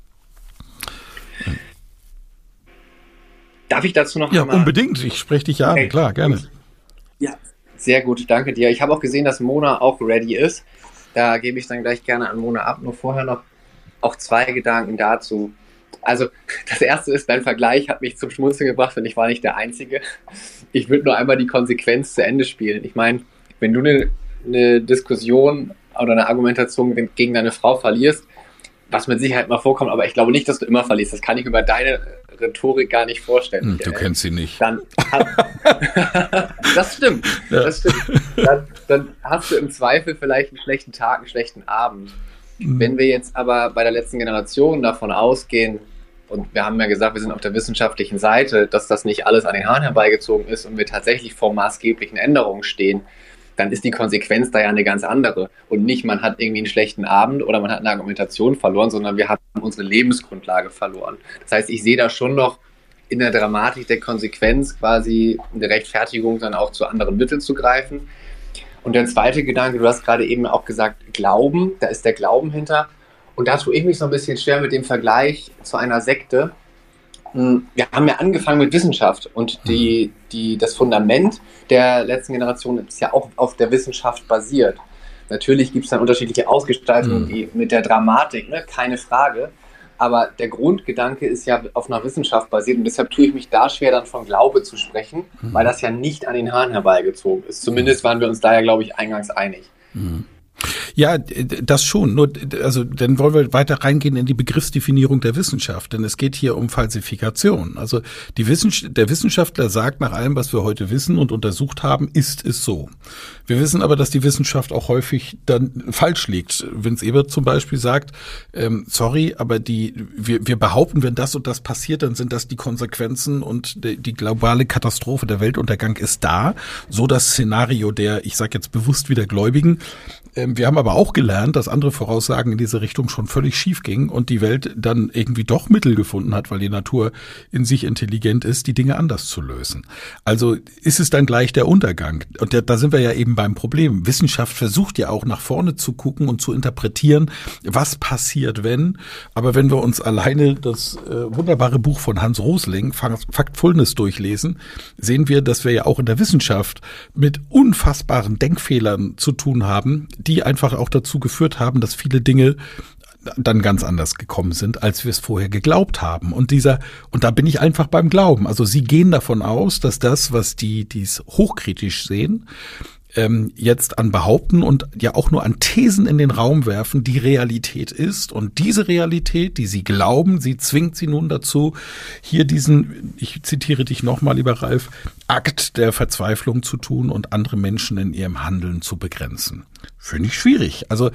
Darf ich dazu noch Ja, einmal? unbedingt. Ich spreche dich ja an, okay. Klar, gerne. Ja, sehr gut, danke dir. Ich habe auch gesehen, dass Mona auch ready ist. Da gebe ich dann gleich gerne an Mona ab. Nur vorher noch auch zwei Gedanken dazu. Also das erste ist, dein Vergleich hat mich zum Schmunzeln gebracht und ich war nicht der Einzige. Ich würde nur einmal die Konsequenz zu Ende spielen. Ich meine, wenn du eine, eine Diskussion oder eine Argumentation gegen deine Frau verlierst, was mit Sicherheit mal vorkommt, aber ich glaube nicht, dass du immer verlierst. Das kann ich über deine Rhetorik gar nicht vorstellen. Hm, du kennst sie nicht. Dann das stimmt. Ja. Das stimmt. Dann, dann hast du im Zweifel vielleicht einen schlechten Tag, einen schlechten Abend. Mhm. Wenn wir jetzt aber bei der letzten Generation davon ausgehen, und wir haben ja gesagt, wir sind auf der wissenschaftlichen Seite, dass das nicht alles an den Haaren herbeigezogen ist und wir tatsächlich vor maßgeblichen Änderungen stehen, dann ist die Konsequenz da ja eine ganz andere. Und nicht, man hat irgendwie einen schlechten Abend oder man hat eine Argumentation verloren, sondern wir haben unsere Lebensgrundlage verloren. Das heißt, ich sehe da schon noch in der Dramatik der Konsequenz quasi eine Rechtfertigung, dann auch zu anderen Mitteln zu greifen. Und der zweite Gedanke, du hast gerade eben auch gesagt, Glauben, da ist der Glauben hinter. Und da tue ich mich so ein bisschen schwer mit dem Vergleich zu einer Sekte. Wir haben ja angefangen mit Wissenschaft und die, die, das Fundament der letzten Generation ist ja auch auf der Wissenschaft basiert. Natürlich gibt es dann unterschiedliche Ausgestaltungen mhm. die, mit der Dramatik, ne? Keine Frage. Aber der Grundgedanke ist ja auf einer Wissenschaft basiert und deshalb tue ich mich da schwer, dann von Glaube zu sprechen, mhm. weil das ja nicht an den Haaren herbeigezogen ist. Zumindest waren wir uns da ja, glaube ich, eingangs einig. Mhm. Ja, das schon. Nur, also, dann wollen wir weiter reingehen in die Begriffsdefinierung der Wissenschaft, denn es geht hier um Falsifikation. Also, die Wissenschaft, der Wissenschaftler sagt, nach allem, was wir heute wissen und untersucht haben, ist es so. Wir wissen aber, dass die Wissenschaft auch häufig dann falsch liegt. Vince Ebert zum Beispiel sagt, ähm, sorry, aber die, wir, wir behaupten, wenn das und das passiert, dann sind das die Konsequenzen und die, die globale Katastrophe, der Weltuntergang ist da. So das Szenario der, ich sage jetzt bewusst wieder Gläubigen. Wir haben aber auch gelernt, dass andere Voraussagen in diese Richtung schon völlig schief gingen und die Welt dann irgendwie doch Mittel gefunden hat, weil die Natur in sich intelligent ist, die Dinge anders zu lösen. Also ist es dann gleich der Untergang. Und da sind wir ja eben beim Problem. Wissenschaft versucht ja auch nach vorne zu gucken und zu interpretieren, was passiert, wenn. Aber wenn wir uns alleine das äh, wunderbare Buch von Hans Rosling, Factfulness, durchlesen, sehen wir, dass wir ja auch in der Wissenschaft mit unfassbaren Denkfehlern zu tun haben, die einfach auch dazu geführt haben, dass viele Dinge dann ganz anders gekommen sind, als wir es vorher geglaubt haben. Und dieser, und da bin ich einfach beim Glauben. Also Sie gehen davon aus, dass das, was die, die es hochkritisch sehen, ähm, jetzt an Behaupten und ja auch nur an Thesen in den Raum werfen, die Realität ist. Und diese Realität, die Sie glauben, sie zwingt Sie nun dazu, hier diesen, ich zitiere dich nochmal, lieber Ralf, Akt der Verzweiflung zu tun und andere Menschen in ihrem Handeln zu begrenzen. Finde ich schwierig. Also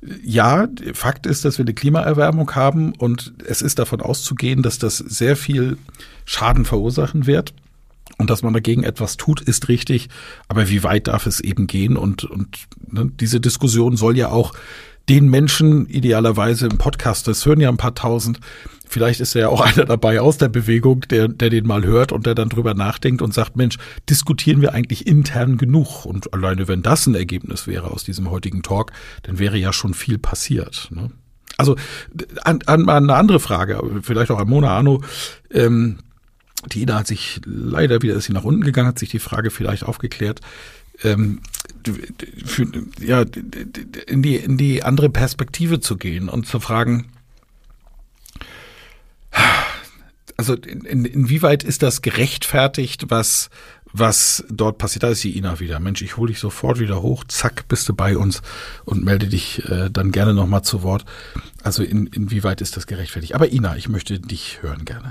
ja, Fakt ist, dass wir eine Klimaerwärmung haben und es ist davon auszugehen, dass das sehr viel Schaden verursachen wird. Und dass man dagegen etwas tut, ist richtig. Aber wie weit darf es eben gehen? Und, und ne, diese Diskussion soll ja auch den Menschen idealerweise im Podcast, das hören ja ein paar tausend, vielleicht ist ja auch einer dabei aus der Bewegung, der, der den mal hört und der dann drüber nachdenkt und sagt, Mensch, diskutieren wir eigentlich intern genug? Und alleine wenn das ein Ergebnis wäre aus diesem heutigen Talk, dann wäre ja schon viel passiert. Ne? Also an, an eine andere Frage, vielleicht auch an Mona Arno, ähm, die Ina hat sich, leider wieder ist sie nach unten gegangen, hat sich die Frage vielleicht aufgeklärt, ähm, für, ja, in die, in die andere Perspektive zu gehen und zu fragen, also in, in, inwieweit ist das gerechtfertigt, was, was dort passiert? Da ist die Ina wieder. Mensch, ich hole dich sofort wieder hoch, zack, bist du bei uns und melde dich äh, dann gerne nochmal zu Wort. Also in, inwieweit ist das gerechtfertigt? Aber Ina, ich möchte dich hören gerne.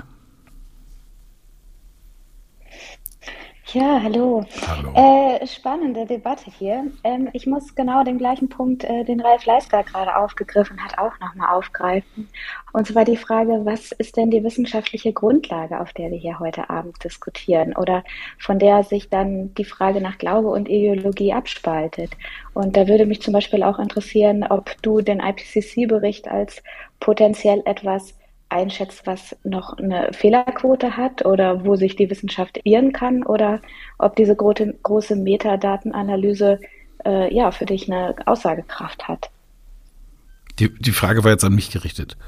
Ja, hallo. Hallo. Äh, spannende Debatte hier. Ähm, ich muss genau den gleichen Punkt, äh, den Ralf Leister gerade aufgegriffen hat, auch nochmal aufgreifen. Und zwar die Frage, was ist denn die wissenschaftliche Grundlage, auf der wir hier heute Abend diskutieren oder von der sich dann die Frage nach Glaube und Ideologie abspaltet. Und da würde mich zum Beispiel auch interessieren, ob du den I P C C-Bericht als potenziell etwas einschätzt, was noch eine Fehlerquote hat oder wo sich die Wissenschaft irren kann oder ob diese große, große Metadatenanalyse äh, ja für dich eine Aussagekraft hat. Die, die Frage war jetzt an mich gerichtet.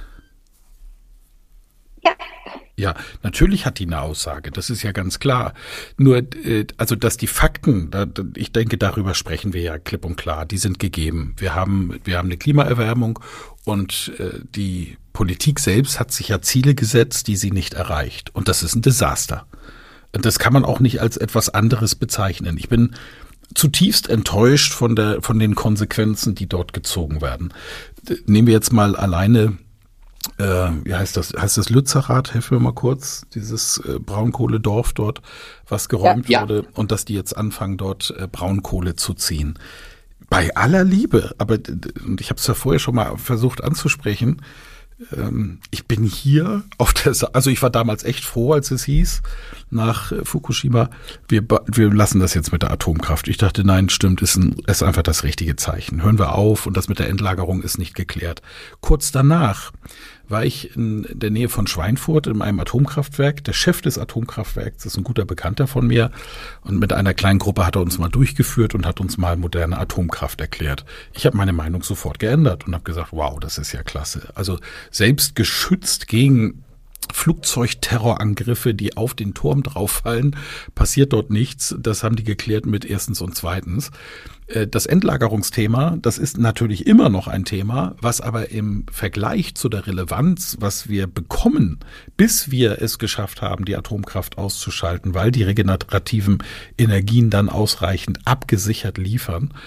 Ja. Ja, natürlich hat die eine Aussage, das ist ja ganz klar. Nur, äh, also dass die Fakten, da, ich denke, darüber sprechen wir ja klipp und klar, die sind gegeben. Wir haben, wir haben eine Klimaerwärmung und äh, die Politik selbst hat sich ja Ziele gesetzt, die sie nicht erreicht. Und das ist ein Desaster. Und das kann man auch nicht als etwas anderes bezeichnen. Ich bin zutiefst enttäuscht von der, von den Konsequenzen, die dort gezogen werden. Nehmen wir jetzt mal alleine, äh, wie heißt das, heißt das Lützerath, helfen wir mal kurz, dieses äh, Braunkohledorf dort, was geräumt ja, ja. wurde und dass die jetzt anfangen, dort äh, Braunkohle zu ziehen. Bei aller Liebe, aber und ich habe es ja vorher schon mal versucht anzusprechen, ähm, ich bin hier auf der, Sa- also ich war damals echt froh, als es hieß, nach Fukushima, wir, wir lassen das jetzt mit der Atomkraft. Ich dachte, nein, stimmt, ist, ein, ist einfach das richtige Zeichen. Hören wir auf und das mit der Endlagerung ist nicht geklärt. Kurz danach war ich in der Nähe von Schweinfurt in einem Atomkraftwerk. Der Chef des Atomkraftwerks ist ein guter Bekannter von mir und mit einer kleinen Gruppe hat er uns mal durchgeführt und hat uns mal moderne Atomkraft erklärt. Ich habe meine Meinung sofort geändert und habe gesagt, wow, das ist ja klasse. Also selbst geschützt gegen Flugzeugterrorangriffe, die auf den Turm drauffallen, passiert dort nichts. Das haben die geklärt mit erstens und zweitens. Das Endlagerungsthema, das ist natürlich immer noch ein Thema, was aber im Vergleich zu der Relevanz, was wir bekommen, bis wir es geschafft haben, die Atomkraft auszuschalten, weil die regenerativen Energien dann ausreichend abgesichert liefern,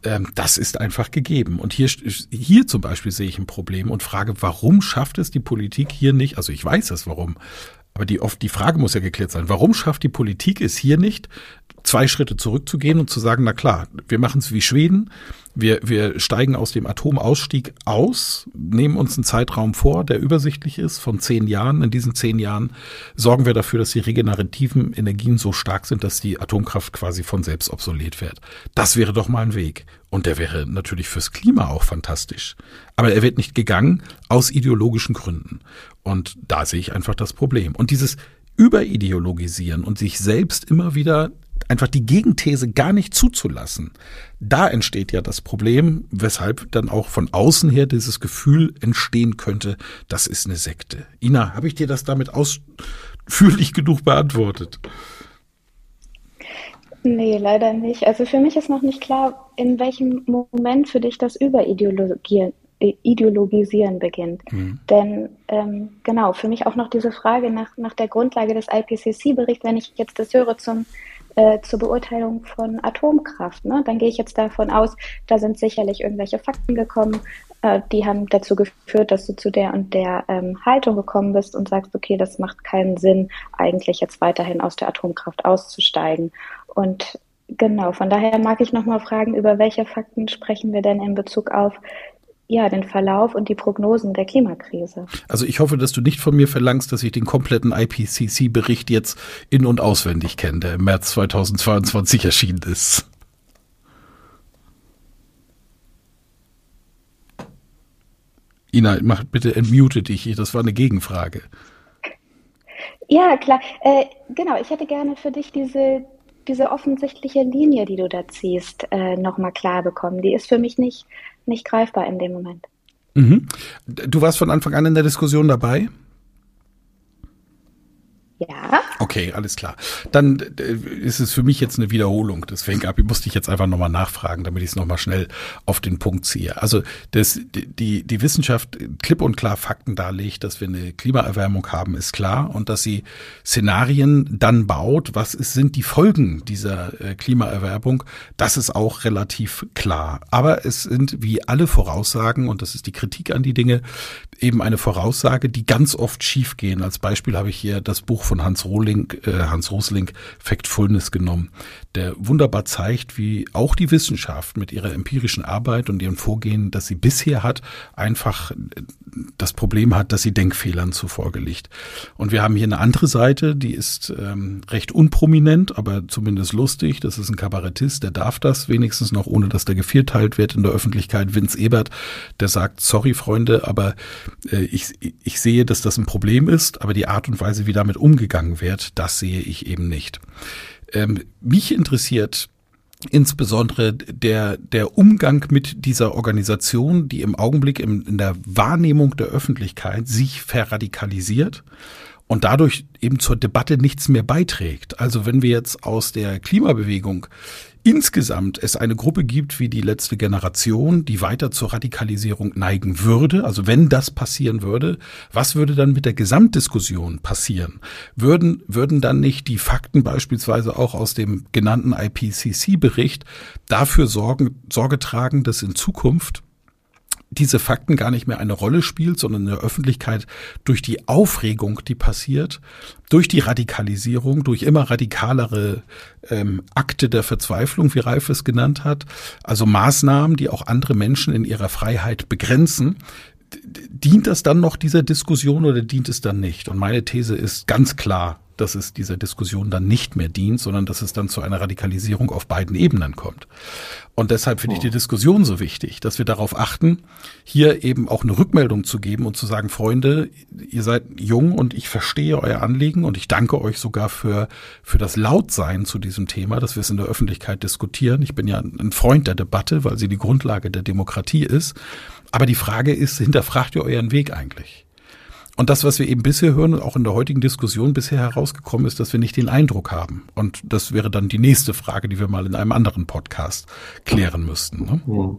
ähm, das ist einfach gegeben. Und hier, hier zum Beispiel sehe ich ein Problem und frage, warum schafft es die Politik hier nicht, also ich weiß es warum, aber die, oft, die Frage muss ja geklärt sein, warum schafft die Politik es hier nicht, zwei Schritte zurückzugehen und zu sagen, na klar, wir machen es wie Schweden, wir, wir steigen aus dem Atomausstieg aus, nehmen uns einen Zeitraum vor, der übersichtlich ist, von zehn Jahren. In diesen zehn Jahren sorgen wir dafür, dass die regenerativen Energien so stark sind, dass die Atomkraft quasi von selbst obsolet wird. Das wäre doch mal ein Weg. Und der wäre natürlich fürs Klima auch fantastisch. Aber er wird nicht gegangen aus ideologischen Gründen. Und da sehe ich einfach das Problem. Und dieses Überideologisieren und sich selbst immer wieder einfach die Gegenthese gar nicht zuzulassen. Da entsteht ja das Problem, weshalb dann auch von außen her dieses Gefühl entstehen könnte, das ist eine Sekte. Ina, habe ich dir das damit ausführlich genug beantwortet? Nee, leider nicht. Also für mich ist noch nicht klar, in welchem Moment für dich das Überideologieren Ideologisieren beginnt. Mhm. Denn ähm, genau, für mich auch noch diese Frage nach, nach der Grundlage des I P C C-Berichts, wenn ich jetzt das höre zum Äh, zur Beurteilung von Atomkraft, ne? Dann gehe ich jetzt davon aus, da sind sicherlich irgendwelche Fakten gekommen, äh, die haben dazu geführt, dass du zu der und der ähm, Haltung gekommen bist und sagst, okay, das macht keinen Sinn, eigentlich jetzt weiterhin aus der Atomkraft auszusteigen. Und genau, von daher mag ich nochmal fragen, über welche Fakten sprechen wir denn in Bezug auf ja, den Verlauf und die Prognosen der Klimakrise. Also ich hoffe, dass du nicht von mir verlangst, dass ich den kompletten I P C C-Bericht jetzt in- und auswendig kenne, der im März zweitausendzweiundzwanzig erschienen ist. Ina, mach bitte, entmute dich. Das war eine Gegenfrage. Ja, klar. Äh, genau, ich hätte gerne für dich diese, diese offensichtliche Linie, die du da ziehst, äh, nochmal klar bekommen. Die ist für mich nicht nicht greifbar in dem Moment. Mhm. Du warst von Anfang an in der Diskussion dabei? Ja. Okay, alles klar. Dann ist es für mich jetzt eine Wiederholung. Deswegen musste ich jetzt einfach nochmal nachfragen, damit ich es nochmal schnell auf den Punkt ziehe. Also das, die, die Wissenschaft klipp und klar Fakten darlegt, dass wir eine Klimaerwärmung haben, ist klar. Und dass sie Szenarien dann baut, was ist, sind die Folgen dieser Klimaerwärmung, das ist auch relativ klar. Aber es sind wie alle Voraussagen, und das ist die Kritik an die Dinge, eben eine Voraussage, die ganz oft schief gehen. Als Beispiel habe ich hier das Buch von Hans Rohling, äh, Hans Rosling, Factfulness genommen, der wunderbar zeigt, wie auch die Wissenschaft mit ihrer empirischen Arbeit und ihrem Vorgehen, das sie bisher hat, einfach das Problem hat, dass sie Denkfehlern zufolge liegt. Und wir haben hier eine andere Seite, die ist ähm, recht unprominent, aber zumindest lustig. Das ist ein Kabarettist, der darf das wenigstens noch, ohne dass der gevierteilt wird in der Öffentlichkeit. Vince Ebert, der sagt, sorry Freunde, aber äh, ich, ich sehe, dass das ein Problem ist, aber die Art und Weise, wie damit umgegangen wird, das sehe ich eben nicht. Ähm, mich interessiert insbesondere der, der Umgang mit dieser Organisation, die im Augenblick in, in der Wahrnehmung der Öffentlichkeit sich verradikalisiert und dadurch eben zur Debatte nichts mehr beiträgt. Also wenn wir jetzt aus der Klimabewegung insgesamt es eine Gruppe gibt wie die letzte Generation, die weiter zur Radikalisierung neigen würde, also wenn das passieren würde, was würde dann mit der Gesamtdiskussion passieren? Würden, würden dann nicht die Fakten beispielsweise auch aus dem genannten I P C C-Bericht dafür sorgen, Sorge tragen, dass in Zukunft diese Fakten gar nicht mehr eine Rolle spielt, sondern in der Öffentlichkeit durch die Aufregung, die passiert, durch die Radikalisierung, durch immer radikalere ähm, Akte der Verzweiflung, wie Ralf es genannt hat, also Maßnahmen, die auch andere Menschen in ihrer Freiheit begrenzen, dient das dann noch dieser Diskussion oder dient es dann nicht? Und meine These ist ganz klar, dass es dieser Diskussion dann nicht mehr dient, sondern dass es dann zu einer Radikalisierung auf beiden Ebenen kommt. Und deshalb finde ich die Diskussion so wichtig, dass wir darauf achten, hier eben auch eine Rückmeldung zu geben und zu sagen, Freunde, ihr seid jung und ich verstehe euer Anliegen und ich danke euch sogar für, für das Lautsein zu diesem Thema, dass wir es in der Öffentlichkeit diskutieren. Ich bin ja ein Freund der Debatte, weil sie die Grundlage der Demokratie ist. Aber die Frage ist, hinterfragt ihr euren Weg eigentlich? Und das, was wir eben bisher hören und auch in der heutigen Diskussion bisher herausgekommen ist, dass wir nicht den Eindruck haben. Und das wäre dann die nächste Frage, die wir mal in einem anderen Podcast klären müssten. Ne? Ja.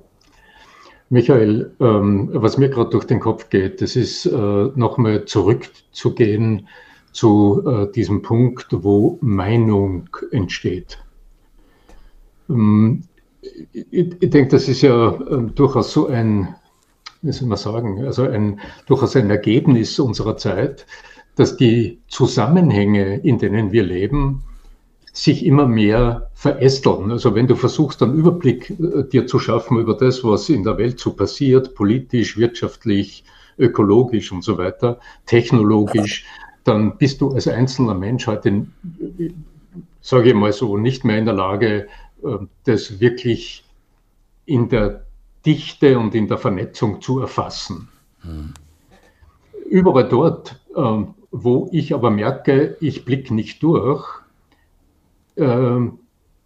Michael, ähm, was mir gerade durch den Kopf geht, das ist äh, nochmal zurückzugehen zu äh, diesem Punkt, wo Meinung entsteht. Ähm, ich, ich denke, das ist ja äh, durchaus so ein, wie soll man sagen, also ein durchaus ein Ergebnis unserer Zeit, dass die Zusammenhänge, in denen wir leben, sich immer mehr verästeln. Also wenn du versuchst, einen Überblick äh, dir zu schaffen über das, was in der Welt so passiert, politisch, wirtschaftlich, ökologisch und so weiter, technologisch, dann bist du als einzelner Mensch heute, sage ich mal so, nicht mehr in der Lage, äh, das wirklich in der Dichte und in der Vernetzung zu erfassen. Hm. Überall dort, äh, wo ich aber merke, ich blicke nicht durch, Ähm,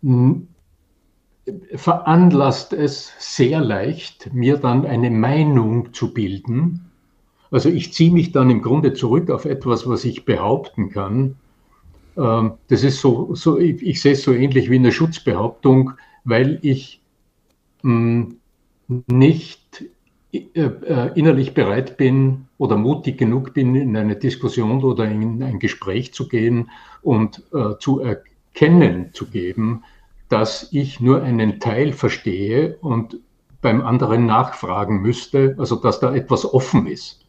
veranlasst es sehr leicht, mir dann eine Meinung zu bilden. Also ich ziehe mich dann im Grunde zurück auf etwas, was ich behaupten kann. Ähm, das ist so, so ich, ich sehe es so ähnlich wie eine Schutzbehauptung, weil ich mh, nicht äh, äh, innerlich bereit bin oder mutig genug bin, in eine Diskussion oder in ein Gespräch zu gehen und äh, zu erkennen, Kennen zu geben, dass ich nur einen Teil verstehe und beim anderen nachfragen müsste, also dass da etwas offen ist.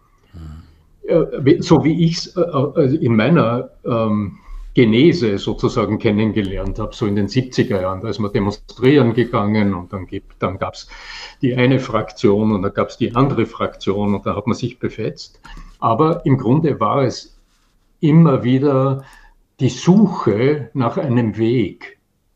Mhm. So wie ich es in meiner ähm, Genese sozusagen kennengelernt habe, so in den siebziger Jahren, da ist man demonstrieren gegangen und dann, dann gab es die eine Fraktion und dann gab es die andere Fraktion und da hat man sich befetzt. Aber im Grunde war es immer wieder die Suche nach einem Weg.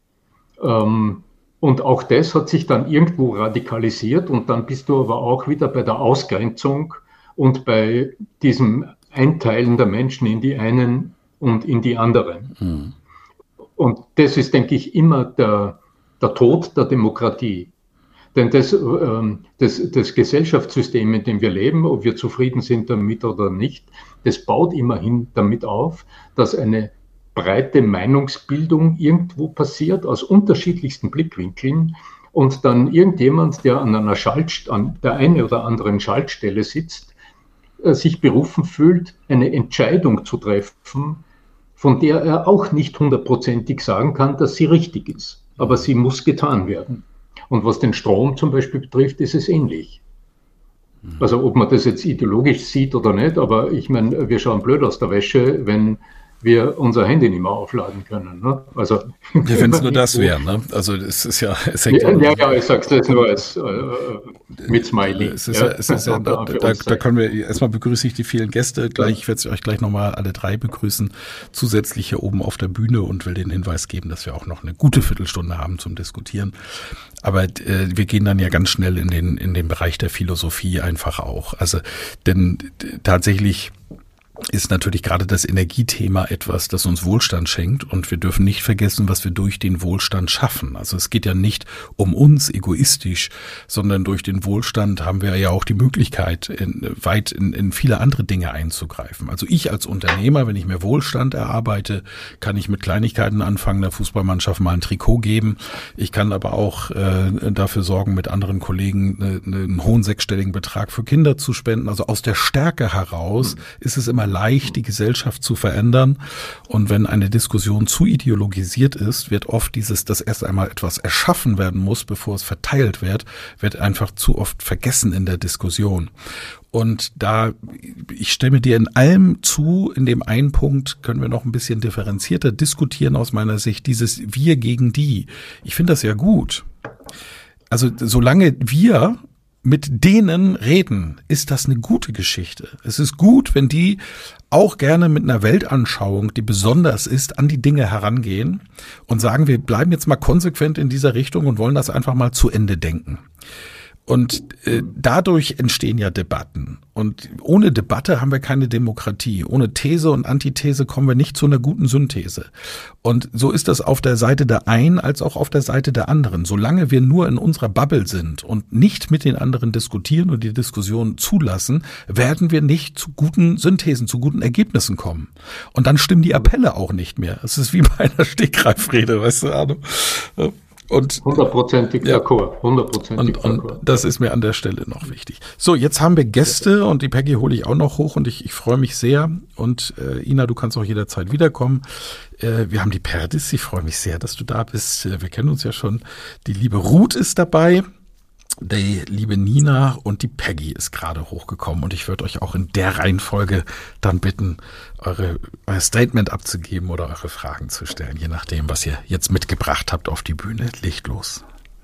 Ähm, und auch das hat sich dann irgendwo radikalisiert und dann bist du aber auch wieder bei der Ausgrenzung und bei diesem Einteilen der Menschen in die einen und in die anderen. Mhm. Und das ist, denke ich, immer der, der Tod der Demokratie. Denn das, ähm, das, das Gesellschaftssystem, in dem wir leben, ob wir zufrieden sind damit oder nicht, das baut immerhin damit auf, dass eine breite Meinungsbildung irgendwo passiert, aus unterschiedlichsten Blickwinkeln und dann irgendjemand, der an einer Schalt, an der einen oder anderen Schaltstelle sitzt, äh, sich berufen fühlt, eine Entscheidung zu treffen, von der er auch nicht hundertprozentig sagen kann, dass sie richtig ist. Aber sie muss getan werden. Und was den Strom zum Beispiel betrifft, ist es ähnlich. Also ob man das jetzt ideologisch sieht oder nicht, aber ich meine, wir schauen blöd aus der Wäsche, wenn wir unser Handy nicht mehr aufladen können. Ne? Also, ja, wenn es nur das wäre. Ne? Also es ist ja... Es hängt ja, ja, ja, ich sage es jetzt nur als, äh, mit Smiley. Es ist ja, ja, es ist ja da, da, da können wir, erstmal begrüße ich die vielen Gäste. Gleich, ich werde euch gleich nochmal alle drei begrüßen, zusätzlich hier oben auf der Bühne und will den Hinweis geben, dass wir auch noch eine gute Viertelstunde haben zum Diskutieren. Aber äh, wir gehen dann ja ganz schnell in den, in den Bereich der Philosophie einfach auch. Also, denn tatsächlich ist natürlich gerade das Energiethema etwas, das uns Wohlstand schenkt und wir dürfen nicht vergessen, was wir durch den Wohlstand schaffen. Also es geht ja nicht um uns egoistisch, sondern durch den Wohlstand haben wir ja auch die Möglichkeit, in, weit in, in viele andere Dinge einzugreifen. Also ich als Unternehmer, wenn ich mir Wohlstand erarbeite, kann ich mit Kleinigkeiten anfangen, der Fußballmannschaft mal ein Trikot geben. Ich kann aber auch äh, dafür sorgen, mit anderen Kollegen äh, einen hohen sechsstelligen Betrag für Kinder zu spenden. Also aus der Stärke heraus mhm. ist es immer leicht, die Gesellschaft zu verändern. Und wenn eine Diskussion zu ideologisiert ist, wird oft dieses, dass erst einmal etwas erschaffen werden muss, bevor es verteilt wird, wird einfach zu oft vergessen in der Diskussion. Und da, ich stimme dir in allem zu, in dem einen Punkt können wir noch ein bisschen differenzierter diskutieren aus meiner Sicht, dieses Wir gegen die. Ich finde das ja gut. Also solange wir mit denen reden, ist das eine gute Geschichte. Es ist gut, wenn die auch gerne mit einer Weltanschauung, die besonders ist, an die Dinge herangehen und sagen, wir bleiben jetzt mal konsequent in dieser Richtung und wollen das einfach mal zu Ende denken. Und äh, dadurch entstehen ja Debatten. Und ohne Debatte haben wir keine Demokratie. Ohne These und Antithese kommen wir nicht zu einer guten Synthese. Und so ist das auf der Seite der einen als auch auf der Seite der anderen. Solange wir nur in unserer Bubble sind und nicht mit den anderen diskutieren und die Diskussion zulassen, werden wir nicht zu guten Synthesen, zu guten Ergebnissen kommen. Und dann stimmen die Appelle auch nicht mehr. Es ist wie bei einer Stegreifrede, weißt du, Arno? Und hundertprozentig ja. d'accord, hundertprozentig und, und das ist mir an der Stelle noch wichtig. So, jetzt haben wir Gäste und die Peggy hole ich auch noch hoch und ich, ich freue mich sehr. Und äh, Ina, du kannst auch jederzeit wiederkommen. Äh, wir haben die Perdis, ich freue mich sehr, dass du da bist. Wir kennen uns ja schon. Die liebe Ruth ist dabei. Die liebe Nina und die Peggy ist gerade hochgekommen und ich würde euch auch in der Reihenfolge dann bitten, eure, euer Statement abzugeben oder eure Fragen zu stellen, je nachdem, was ihr jetzt mitgebracht habt auf die Bühne. Licht los.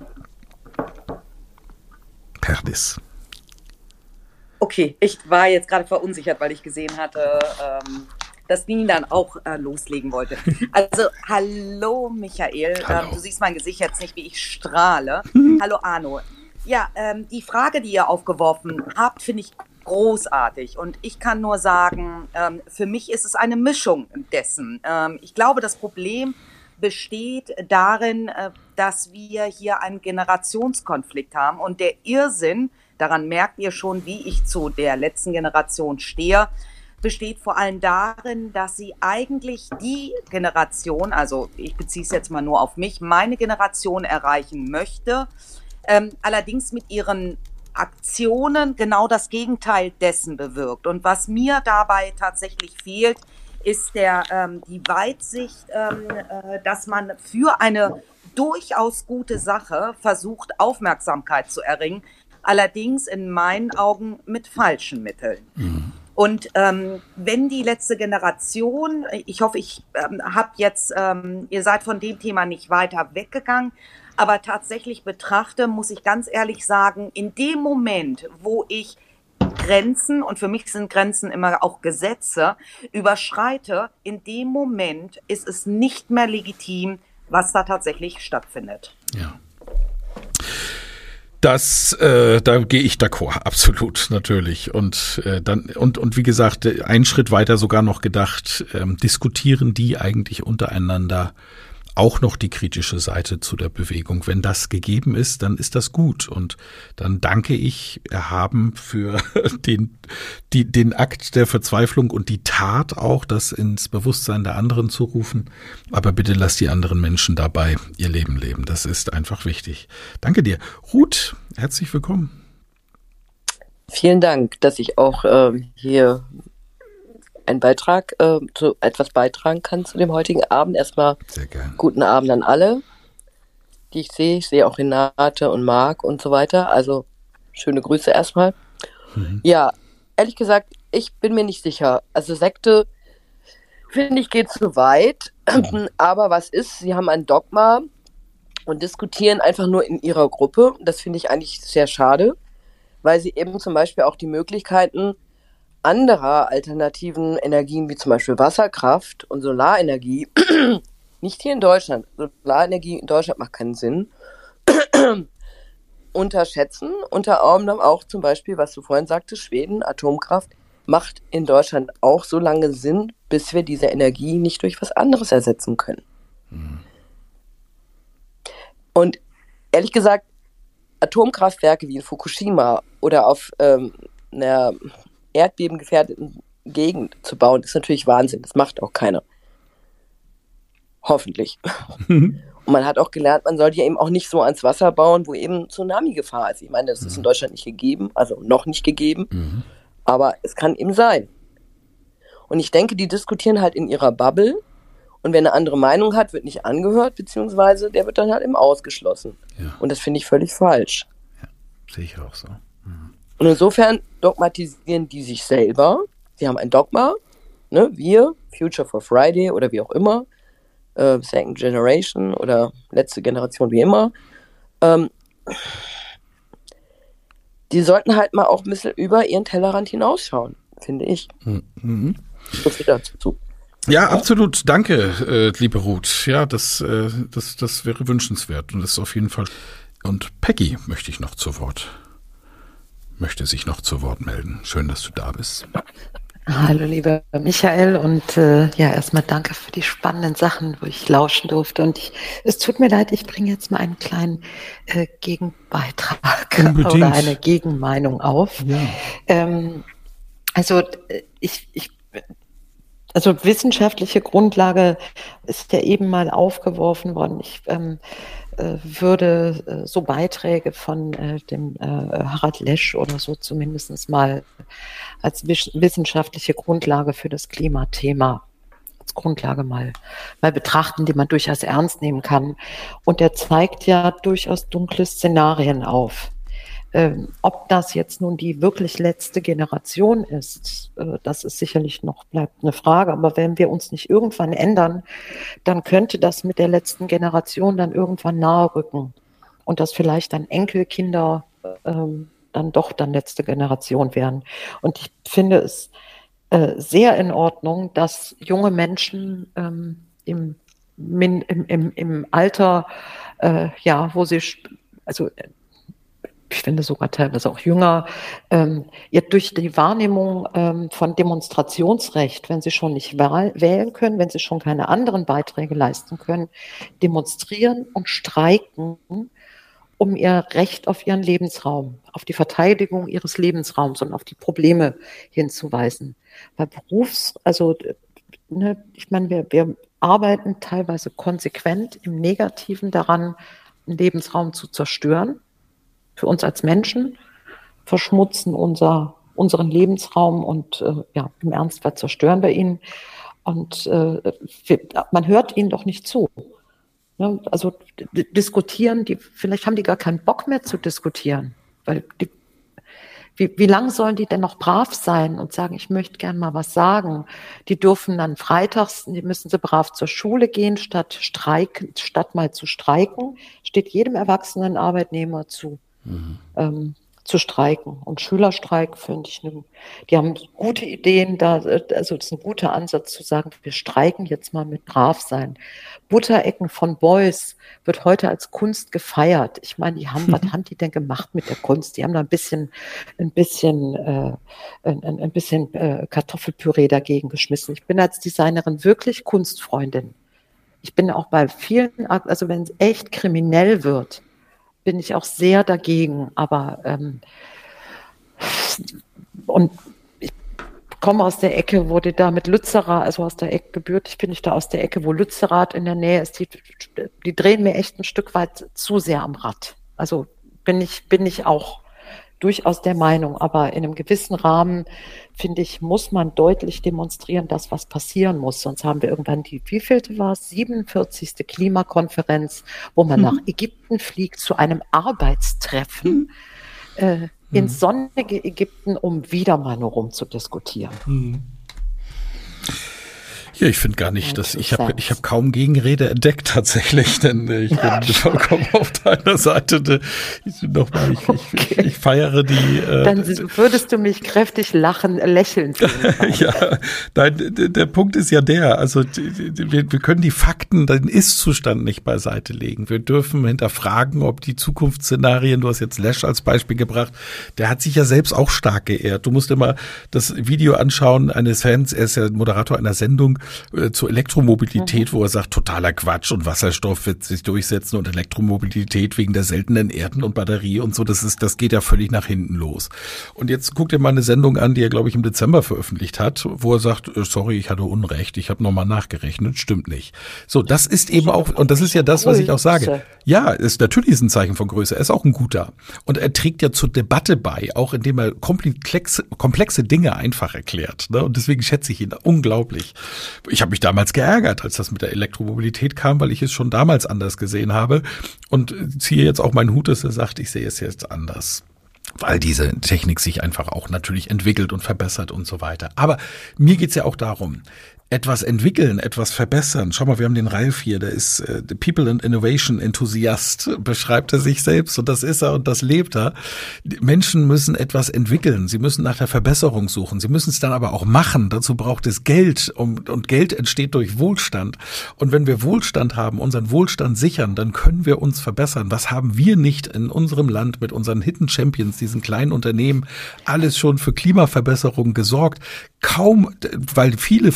Perdis. Okay, ich war jetzt gerade verunsichert, weil ich gesehen hatte, ähm, dass Nina dann auch äh, loslegen wollte. Also, hallo Michael, Hallo. Ähm, du siehst mein Gesicht jetzt nicht, wie ich strahle. Hallo Arno. Ja, ähm, die Frage, die ihr aufgeworfen habt, finde ich großartig. Und ich kann nur sagen, ähm, für mich ist es eine Mischung dessen. Ähm, ich glaube, das Problem besteht darin, äh, dass wir hier einen Generationskonflikt haben. Und der Irrsinn, daran merkt ihr schon, wie ich zu der letzten Generation stehe, besteht vor allem darin, dass sie eigentlich die Generation, also ich beziehe es jetzt mal nur auf mich, meine Generation erreichen möchte, Ähm, allerdings mit ihren Aktionen genau das Gegenteil dessen bewirkt. Und was mir dabei tatsächlich fehlt, ist der, ähm, die Weitsicht, ähm, äh, dass man für eine durchaus gute Sache versucht, Aufmerksamkeit zu erringen, allerdings in meinen Augen mit falschen Mitteln. Mhm. Und ähm, wenn die letzte Generation, ich hoffe, ich ähm, habe jetzt, ähm, ihr seid von dem Thema nicht weiter weggegangen, aber tatsächlich betrachte, muss ich ganz ehrlich sagen, in dem Moment, wo ich Grenzen, und für mich sind Grenzen immer auch Gesetze, überschreite, in dem Moment ist es nicht mehr legitim, was da tatsächlich stattfindet. Ja. Das, äh, da gehe ich d'accord, absolut, natürlich. Und äh, dann und und wie gesagt, einen Schritt weiter sogar noch gedacht, ähm, diskutieren die eigentlich untereinander auch noch die kritische Seite zu der Bewegung. Wenn das gegeben ist, dann ist das gut. Und dann danke ich erhaben für den, die, den Akt der Verzweiflung und die Tat auch, das ins Bewusstsein der anderen zu rufen. Aber bitte lass die anderen Menschen dabei ihr Leben leben. Das ist einfach wichtig. Danke dir. Ruth, herzlich willkommen. Vielen Dank, dass ich auch äh, hier einen Beitrag, äh, zu etwas beitragen kann zu dem heutigen Abend. Erstmal Sehr gern. Guten Abend an alle, die ich sehe. Ich sehe auch Renate und Marc und so weiter. Also schöne Grüße erstmal. Mhm. Ja, ehrlich gesagt, ich bin mir nicht sicher. Also Sekte, finde ich, geht zu weit. Mhm. Aber was ist? Sie haben ein Dogma und diskutieren einfach nur in ihrer Gruppe. Das finde ich eigentlich sehr schade, weil sie eben zum Beispiel auch die Möglichkeiten anderer alternativen Energien, wie zum Beispiel Wasserkraft und Solarenergie, nicht hier in Deutschland, Solarenergie in Deutschland macht keinen Sinn, unterschätzen, unter anderem auch zum Beispiel, was du vorhin sagtest, Schweden, Atomkraft, macht in Deutschland auch so lange Sinn, bis wir diese Energie nicht durch was anderes ersetzen können. Mhm. Und ehrlich gesagt, Atomkraftwerke wie in Fukushima oder auf ähm, einer erdbebengefährdeten Gegend zu bauen, ist natürlich Wahnsinn. Das macht auch keiner. Hoffentlich. Und man hat auch gelernt, man sollte ja eben auch nicht so ans Wasser bauen, wo eben Tsunami-Gefahr ist. Ich meine, das ist in Deutschland nicht gegeben, also noch nicht gegeben, mhm. aber es kann eben sein. Und ich denke, die diskutieren halt in ihrer Bubble und wer eine andere Meinung hat, wird nicht angehört, beziehungsweise der wird dann halt eben ausgeschlossen. Ja. Und das finde ich völlig falsch. Ja, sehe ich auch so. Mhm. Und insofern dogmatisieren die sich selber. Sie haben ein Dogma, ne? Wir, Future for Friday oder wie auch immer, äh, Second Generation oder letzte Generation, wie immer. Ähm, die sollten halt mal auch ein bisschen über ihren Tellerrand hinausschauen, finde ich. Mhm. So viel dazu. Ja, absolut. Danke, äh, liebe Ruth. Ja, das, äh, das, das wäre wünschenswert und das ist auf jeden Fall. Und Peggy möchte ich noch zu Wort. möchte sich noch zu Wort melden. Schön, dass du da bist. Hallo, lieber Michael, und äh, ja, erstmal danke für die spannenden Sachen, wo ich lauschen durfte. Und ich, es tut mir leid, ich bringe jetzt mal einen kleinen äh, Gegenbeitrag Unbedingt. oder eine Gegenmeinung auf. Ja. Ähm, also ich, ich, also wissenschaftliche Grundlage ist ja eben mal aufgeworfen worden. Ich ähm, äh, würde äh, so Beiträge von äh, dem äh, Harald Lesch oder so zumindest mal als wisch- wissenschaftliche Grundlage für das Klimathema als Grundlage mal, mal betrachten, die man durchaus ernst nehmen kann. Und er zeigt ja durchaus dunkle Szenarien auf. Ähm, ob das jetzt nun die wirklich letzte Generation ist, äh, das ist sicherlich noch, bleibt eine Frage. Aber wenn wir uns nicht irgendwann ändern, dann könnte das mit der letzten Generation dann irgendwann nahe rücken. Und dass vielleicht dann Enkelkinder ähm, dann doch dann letzte Generation werden. Und ich finde es äh, sehr in Ordnung, dass junge Menschen ähm, im, im, im, im Alter, äh, ja, wo sie, also ich finde sogar teilweise auch jünger, ähm, ja, durch die Wahrnehmung ähm, von Demonstrationsrecht, wenn sie schon nicht wahl- wählen können, wenn sie schon keine anderen Beiträge leisten können, demonstrieren und streiken, um ihr Recht auf ihren Lebensraum, auf die Verteidigung ihres Lebensraums und auf die Probleme hinzuweisen. Bei Berufs-, also, ne, ich meine, wir, wir arbeiten teilweise konsequent im Negativen daran, einen Lebensraum zu zerstören. Für uns als Menschen, verschmutzen unser, unseren Lebensraum und äh, ja, im Ernstfall zerstören wir ihn. Und äh, wir, man hört ihnen doch nicht zu. Ne? Also d- diskutieren, die, vielleicht haben die gar keinen Bock mehr zu diskutieren. Weil die, wie, wie lange sollen die denn noch brav sein und sagen, ich möchte gern mal was sagen? Die dürfen dann freitags, die müssen sie brav zur Schule gehen, statt streiken, statt mal zu streiken, steht jedem erwachsenen Arbeitnehmer zu. Mhm. Ähm, zu streiken. Und Schülerstreik finde ich, ne, die haben gute Ideen, da, also das ist ein guter Ansatz zu sagen, wir streiken jetzt mal mit brav sein. Butterecken von Beuys wird heute als Kunst gefeiert. Ich meine, die haben, was haben die denn gemacht mit der Kunst? Die haben da ein bisschen, ein bisschen, äh, ein, ein bisschen äh, Kartoffelpüree dagegen geschmissen. Ich bin als Designerin wirklich Kunstfreundin. Ich bin auch bei vielen, also wenn es echt kriminell wird, bin ich auch sehr dagegen, aber ähm, und ich komme aus der Ecke, wo die da mit Lützerath, also aus der Ecke gebürtig bin ich da aus der Ecke, wo Lützerath in der Nähe ist, die, die drehen mir echt ein Stück weit zu sehr am Rad. Also bin ich, bin ich auch durchaus der Meinung, aber in einem gewissen Rahmen, finde ich, muss man deutlich demonstrieren, dass was passieren muss. Sonst haben wir irgendwann die, wievielte war es, siebenundvierzigste Klimakonferenz, wo man mhm. nach Ägypten fliegt zu einem Arbeitstreffen mhm. äh, ins sonnige Ägypten, um wieder mal nur rumzudiskutieren. Mhm. Ja, ich finde gar nicht, dass ich habe ich habe kaum Gegenrede entdeckt tatsächlich, denn ich bin ja, vollkommen auf deiner Seite. Ich, nochmal, ich, okay. ich, ich feiere die. Äh, Dann würdest du mich kräftig lachen, lächeln. Ja, nein, der Punkt ist ja der, also wir, wir können die Fakten, den Ist-Zustand nicht beiseite legen. Wir dürfen hinterfragen, ob die Zukunftsszenarien, du hast jetzt Lesch als Beispiel gebracht, der hat sich ja selbst auch stark geehrt. Du musst immer das Video anschauen eines Fans, er ist ja Moderator einer Sendung, zur Elektromobilität, mhm. wo er sagt, totaler Quatsch und Wasserstoff wird sich durchsetzen und Elektromobilität wegen der seltenen Erden und Batterie und so, das ist, das geht ja völlig nach hinten los. Und jetzt guckt ihr mal eine Sendung an, die er, glaube ich, im Dezember veröffentlicht hat, wo er sagt, sorry, ich hatte Unrecht, ich habe nochmal nachgerechnet, stimmt nicht. So, das ist eben auch, und das ist ja das, was ich auch sage. Ja, ist natürlich ist ein Zeichen von Größe, er ist auch ein guter. Und er trägt ja zur Debatte bei, auch indem er komplexe, komplexe Dinge einfach erklärt. Ne? Und deswegen schätze ich ihn unglaublich. Ich habe mich damals geärgert, als das mit der Elektromobilität kam, weil ich es schon damals anders gesehen habe und ziehe jetzt auch meinen Hut, dass er sagt, ich sehe es jetzt anders. Weil diese Technik sich einfach auch natürlich entwickelt und verbessert und so weiter. Aber mir geht's ja auch darum, etwas entwickeln, etwas verbessern. Schau mal, wir haben den Ralf hier, der ist äh, People and Innovation Enthusiast, beschreibt er sich selbst und das ist er und das lebt er. Die Menschen müssen etwas entwickeln, sie müssen nach der Verbesserung suchen, sie müssen es dann aber auch machen. Dazu braucht es Geld und, und Geld entsteht durch Wohlstand. Und wenn wir Wohlstand haben, unseren Wohlstand sichern, dann können wir uns verbessern. Was haben wir nicht in unserem Land mit unseren Hidden Champions, diesen kleinen Unternehmen, alles schon für Klimaverbesserung gesorgt? Kaum, weil viele Familien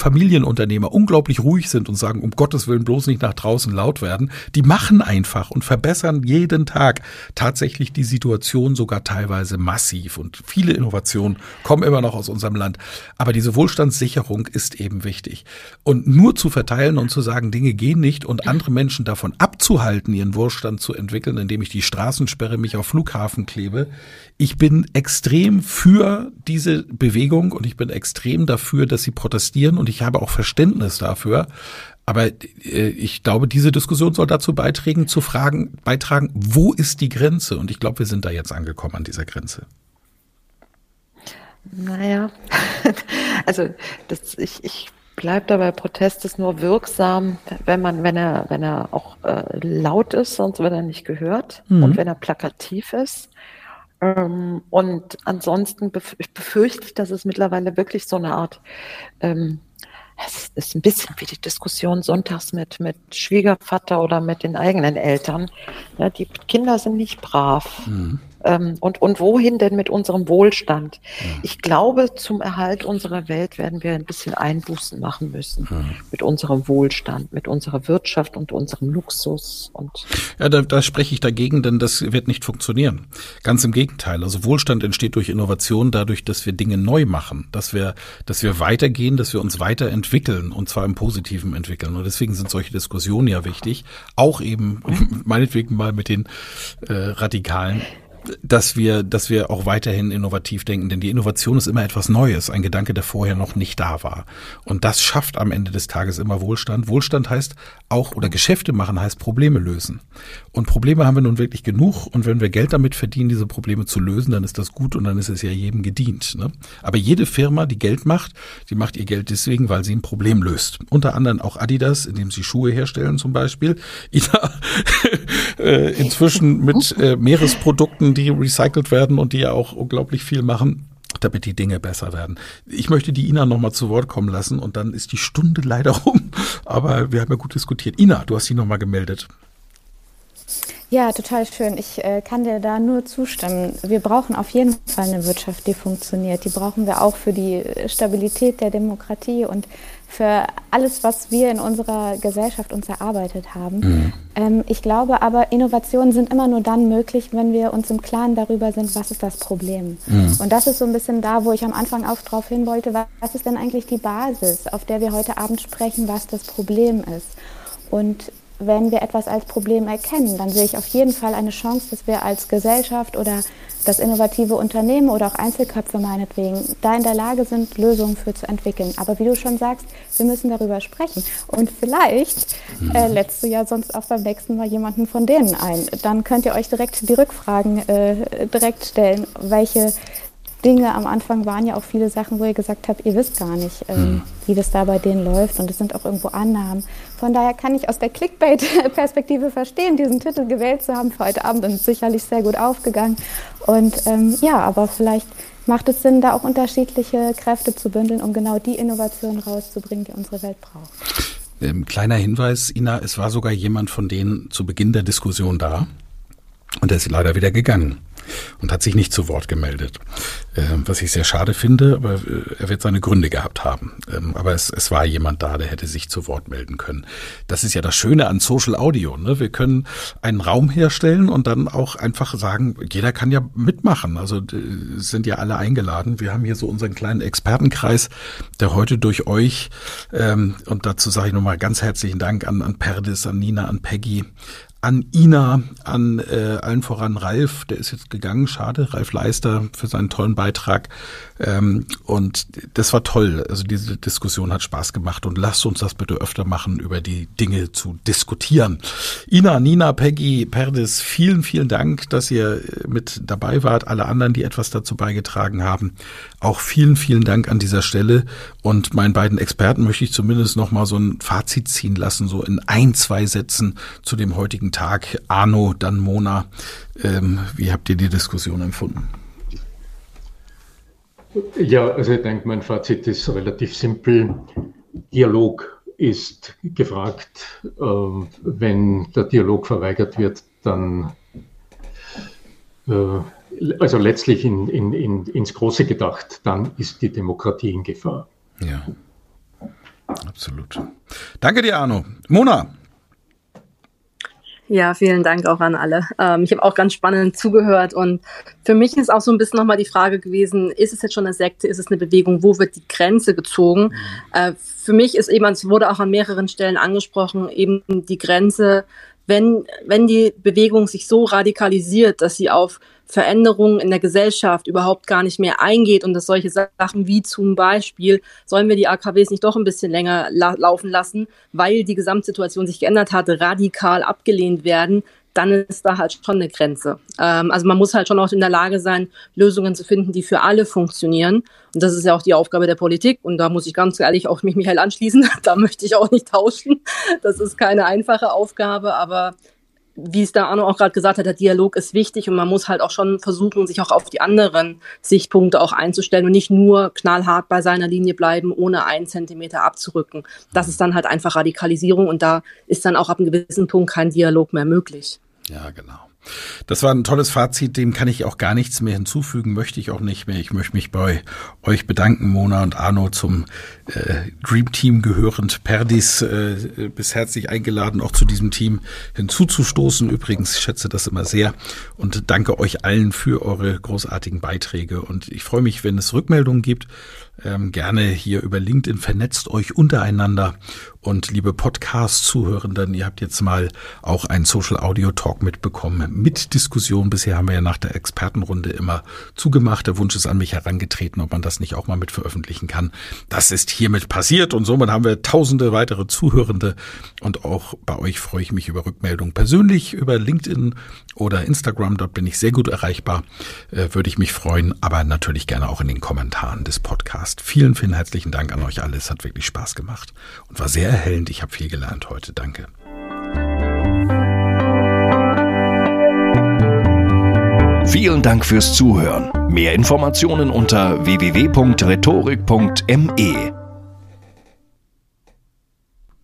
Familienunternehmer unglaublich ruhig sind und sagen, um Gottes Willen bloß nicht nach draußen laut werden, die machen einfach und verbessern jeden Tag tatsächlich die Situation sogar teilweise massiv. Und viele Innovationen kommen immer noch aus unserem Land. Aber diese Wohlstandssicherung ist eben wichtig. Und nur zu verteilen und zu sagen, Dinge gehen nicht und andere Menschen davon abzuhalten, ihren Wohlstand zu entwickeln, indem ich die Straßensperre mich auf Flughafen klebe. Ich bin extrem für diese Bewegung und ich bin extrem dafür, dass sie protestieren und ich habe auch Verständnis dafür. Aber äh, ich glaube, diese Diskussion soll dazu beitragen, zu fragen, beitragen, wo ist die Grenze? Und ich glaube, wir sind da jetzt angekommen an dieser Grenze. Naja, also das, ich, ich bleibe dabei, Protest ist nur wirksam, wenn man, wenn er, wenn er auch äh, laut ist, sonst wird er nicht gehört, mhm. und wenn er plakativ ist. Ähm, und ansonsten bef- befürchte ich, dass es mittlerweile wirklich so eine Art, ähm, es ist ein bisschen wie die Diskussion sonntags mit, mit Schwiegervater oder mit den eigenen Eltern. Ja, die Kinder sind nicht brav. Mhm. Ähm, und, und wohin denn mit unserem Wohlstand? Mhm. Ich glaube, zum Erhalt unserer Welt werden wir ein bisschen Einbußen machen müssen. Mhm. Mit unserem Wohlstand, mit unserer Wirtschaft und unserem Luxus. Und ja, da, da spreche ich dagegen, denn das wird nicht funktionieren. Ganz im Gegenteil. Also Wohlstand entsteht durch Innovation, dadurch, dass wir Dinge neu machen, dass wir, dass wir weitergehen, dass wir uns weiterentwickeln und zwar im Positiven entwickeln. Und deswegen sind solche Diskussionen ja wichtig. Auch eben, mhm. meinetwegen mal mit den äh, Radikalen, dass wir, dass wir auch weiterhin innovativ denken, denn die Innovation ist immer etwas Neues, ein Gedanke, der vorher noch nicht da war. Und das schafft am Ende des Tages immer Wohlstand. Wohlstand heißt auch, oder Geschäfte machen heißt Probleme lösen. Und Probleme haben wir nun wirklich genug. Und wenn wir Geld damit verdienen, diese Probleme zu lösen, dann ist das gut und dann ist es ja jedem gedient, ne? Aber jede Firma, die Geld macht, die macht ihr Geld deswegen, weil sie ein Problem löst. Unter anderem auch Adidas, indem sie Schuhe herstellen zum Beispiel. Ina, äh, inzwischen mit äh, Meeresprodukten, die recycelt werden und die ja auch unglaublich viel machen, damit die Dinge besser werden. Ich möchte die Ina nochmal zu Wort kommen lassen und dann ist die Stunde leider rum. Aber wir haben ja gut diskutiert. Ina, du hast dich nochmal gemeldet. Ja, total schön. Ich äh, kann dir da nur zustimmen. Wir brauchen auf jeden Fall eine Wirtschaft, die funktioniert. Die brauchen wir auch für die Stabilität der Demokratie und für alles, was wir in unserer Gesellschaft uns erarbeitet haben. Mhm. Ähm, ich glaube aber, Innovationen sind immer nur dann möglich, wenn wir uns im Klaren darüber sind, was ist das Problem. Mhm. Und das ist so ein bisschen da, wo ich am Anfang auch drauf hin wollte, was ist denn eigentlich die Basis, auf der wir heute Abend sprechen, was das Problem ist. Und wenn wir etwas als Problem erkennen, dann sehe ich auf jeden Fall eine Chance, dass wir als Gesellschaft oder das innovative Unternehmen oder auch Einzelköpfe meinetwegen da in der Lage sind, Lösungen für zu entwickeln. Aber wie du schon sagst, wir müssen darüber sprechen. Und vielleicht äh, lädst du ja sonst auch beim nächsten Mal jemanden von denen ein. Dann könnt ihr euch direkt die Rückfragen äh, direkt stellen, welche Dinge am Anfang waren ja auch viele Sachen, wo ihr gesagt habt, ihr wisst gar nicht, ähm, mhm. wie das da bei denen läuft und es sind auch irgendwo Annahmen. Von daher kann ich aus der Clickbait-Perspektive verstehen, diesen Titel gewählt zu haben für heute Abend und ist sicherlich sehr gut aufgegangen. Und ähm, ja, aber vielleicht macht es Sinn, da auch unterschiedliche Kräfte zu bündeln, um genau die Innovation rauszubringen, die unsere Welt braucht. Ähm, kleiner Hinweis, Ina, es war sogar jemand von denen zu Beginn der Diskussion da und der ist leider wieder gegangen und hat sich nicht zu Wort gemeldet, äh, was ich sehr schade finde, aber äh, er wird seine Gründe gehabt haben. Ähm, aber es, es war jemand da, der hätte sich zu Wort melden können. Das ist ja das Schöne an Social Audio, ne? Wir können einen Raum herstellen und dann auch einfach sagen, jeder kann ja mitmachen. Also äh, sind ja alle eingeladen. Wir haben hier so unseren kleinen Expertenkreis, der heute durch euch, ähm, und dazu sage ich nochmal ganz herzlichen Dank an, an Perdis, an Nina, an Peggy, an Ina, an äh, allen voran Ralf, der ist jetzt gegangen, schade, Ralf Leister für seinen tollen Beitrag. Ähm, und das war toll, also diese Diskussion hat Spaß gemacht und lasst uns das bitte öfter machen, über die Dinge zu diskutieren. Ina, Nina, Peggy, Perdis, vielen, vielen Dank, dass ihr mit dabei wart, alle anderen, die etwas dazu beigetragen haben. Auch vielen, vielen Dank an dieser Stelle und meinen beiden Experten möchte ich zumindest noch mal so ein Fazit ziehen lassen, so in ein, zwei Sätzen zu dem heutigen Tag. Arno, dann Mona. Ähm, wie habt ihr die Diskussion empfunden? Ja, also ich denke, mein Fazit ist relativ simpel. Dialog ist gefragt. Äh, wenn der Dialog verweigert wird, dann äh, also letztlich in, in, in, ins Große gedacht, dann ist die Demokratie in Gefahr. Ja. Absolut. Danke dir, Arno. Mona. Ja, vielen Dank auch an alle. Ähm, ich habe auch ganz spannend zugehört und für mich ist auch so ein bisschen nochmal die Frage gewesen, ist es jetzt schon eine Sekte, ist es eine Bewegung, wo wird die Grenze gezogen? Mhm. Äh, für mich ist eben, es wurde auch an mehreren Stellen angesprochen, eben die Grenze, wenn, wenn die Bewegung sich so radikalisiert, dass sie auf Veränderungen in der Gesellschaft überhaupt gar nicht mehr eingeht und dass solche Sachen wie zum Beispiel, sollen wir die A K Ws nicht doch ein bisschen länger la- laufen lassen, weil die Gesamtsituation sich geändert hatte, radikal abgelehnt werden, dann ist da halt schon eine Grenze. Ähm, also man muss halt schon auch in der Lage sein, Lösungen zu finden, die für alle funktionieren. Und das ist ja auch die Aufgabe der Politik. Und da muss ich ganz ehrlich auch mich Michael anschließen. Da möchte ich auch nicht tauschen. Das ist keine einfache Aufgabe, aber wie es der Arno auch gerade gesagt hat, der Dialog ist wichtig und man muss halt auch schon versuchen, sich auch auf die anderen Sichtpunkte auch einzustellen und nicht nur knallhart bei seiner Linie bleiben, ohne einen Zentimeter abzurücken. Das ist dann halt einfach Radikalisierung und da ist dann auch ab einem gewissen Punkt kein Dialog mehr möglich. Ja, genau. Das war ein tolles Fazit, dem kann ich auch gar nichts mehr hinzufügen, möchte ich auch nicht mehr. Ich möchte mich bei euch bedanken, Mona und Arno, zum äh, Dream Team gehörend. Perdis äh, bis herzlich eingeladen, auch zu diesem Team hinzuzustoßen. Übrigens, ich schätze das immer sehr und danke euch allen für eure großartigen Beiträge. Und ich freue mich, wenn es Rückmeldungen gibt. Ähm, gerne hier über LinkedIn, vernetzt euch untereinander. Und liebe Podcast-Zuhörenden, ihr habt jetzt mal auch einen Social-Audio-Talk mitbekommen mit Diskussion. Bisher haben wir ja nach der Expertenrunde immer zugemacht. Der Wunsch ist an mich herangetreten, ob man das nicht auch mal mit veröffentlichen kann. Das ist hiermit passiert und somit haben wir tausende weitere Zuhörende. Und auch bei euch freue ich mich über Rückmeldungen persönlich über LinkedIn oder Instagram. Dort bin ich sehr gut erreichbar. Äh, würde ich mich freuen, aber natürlich gerne auch in den Kommentaren des Podcasts. Vielen, vielen herzlichen Dank an euch alle. Es hat wirklich Spaß gemacht und war sehr erhellend. Ich habe viel gelernt heute. Danke. Vielen Dank fürs Zuhören. Mehr Informationen unter w w w punkt rhetorik punkt m e.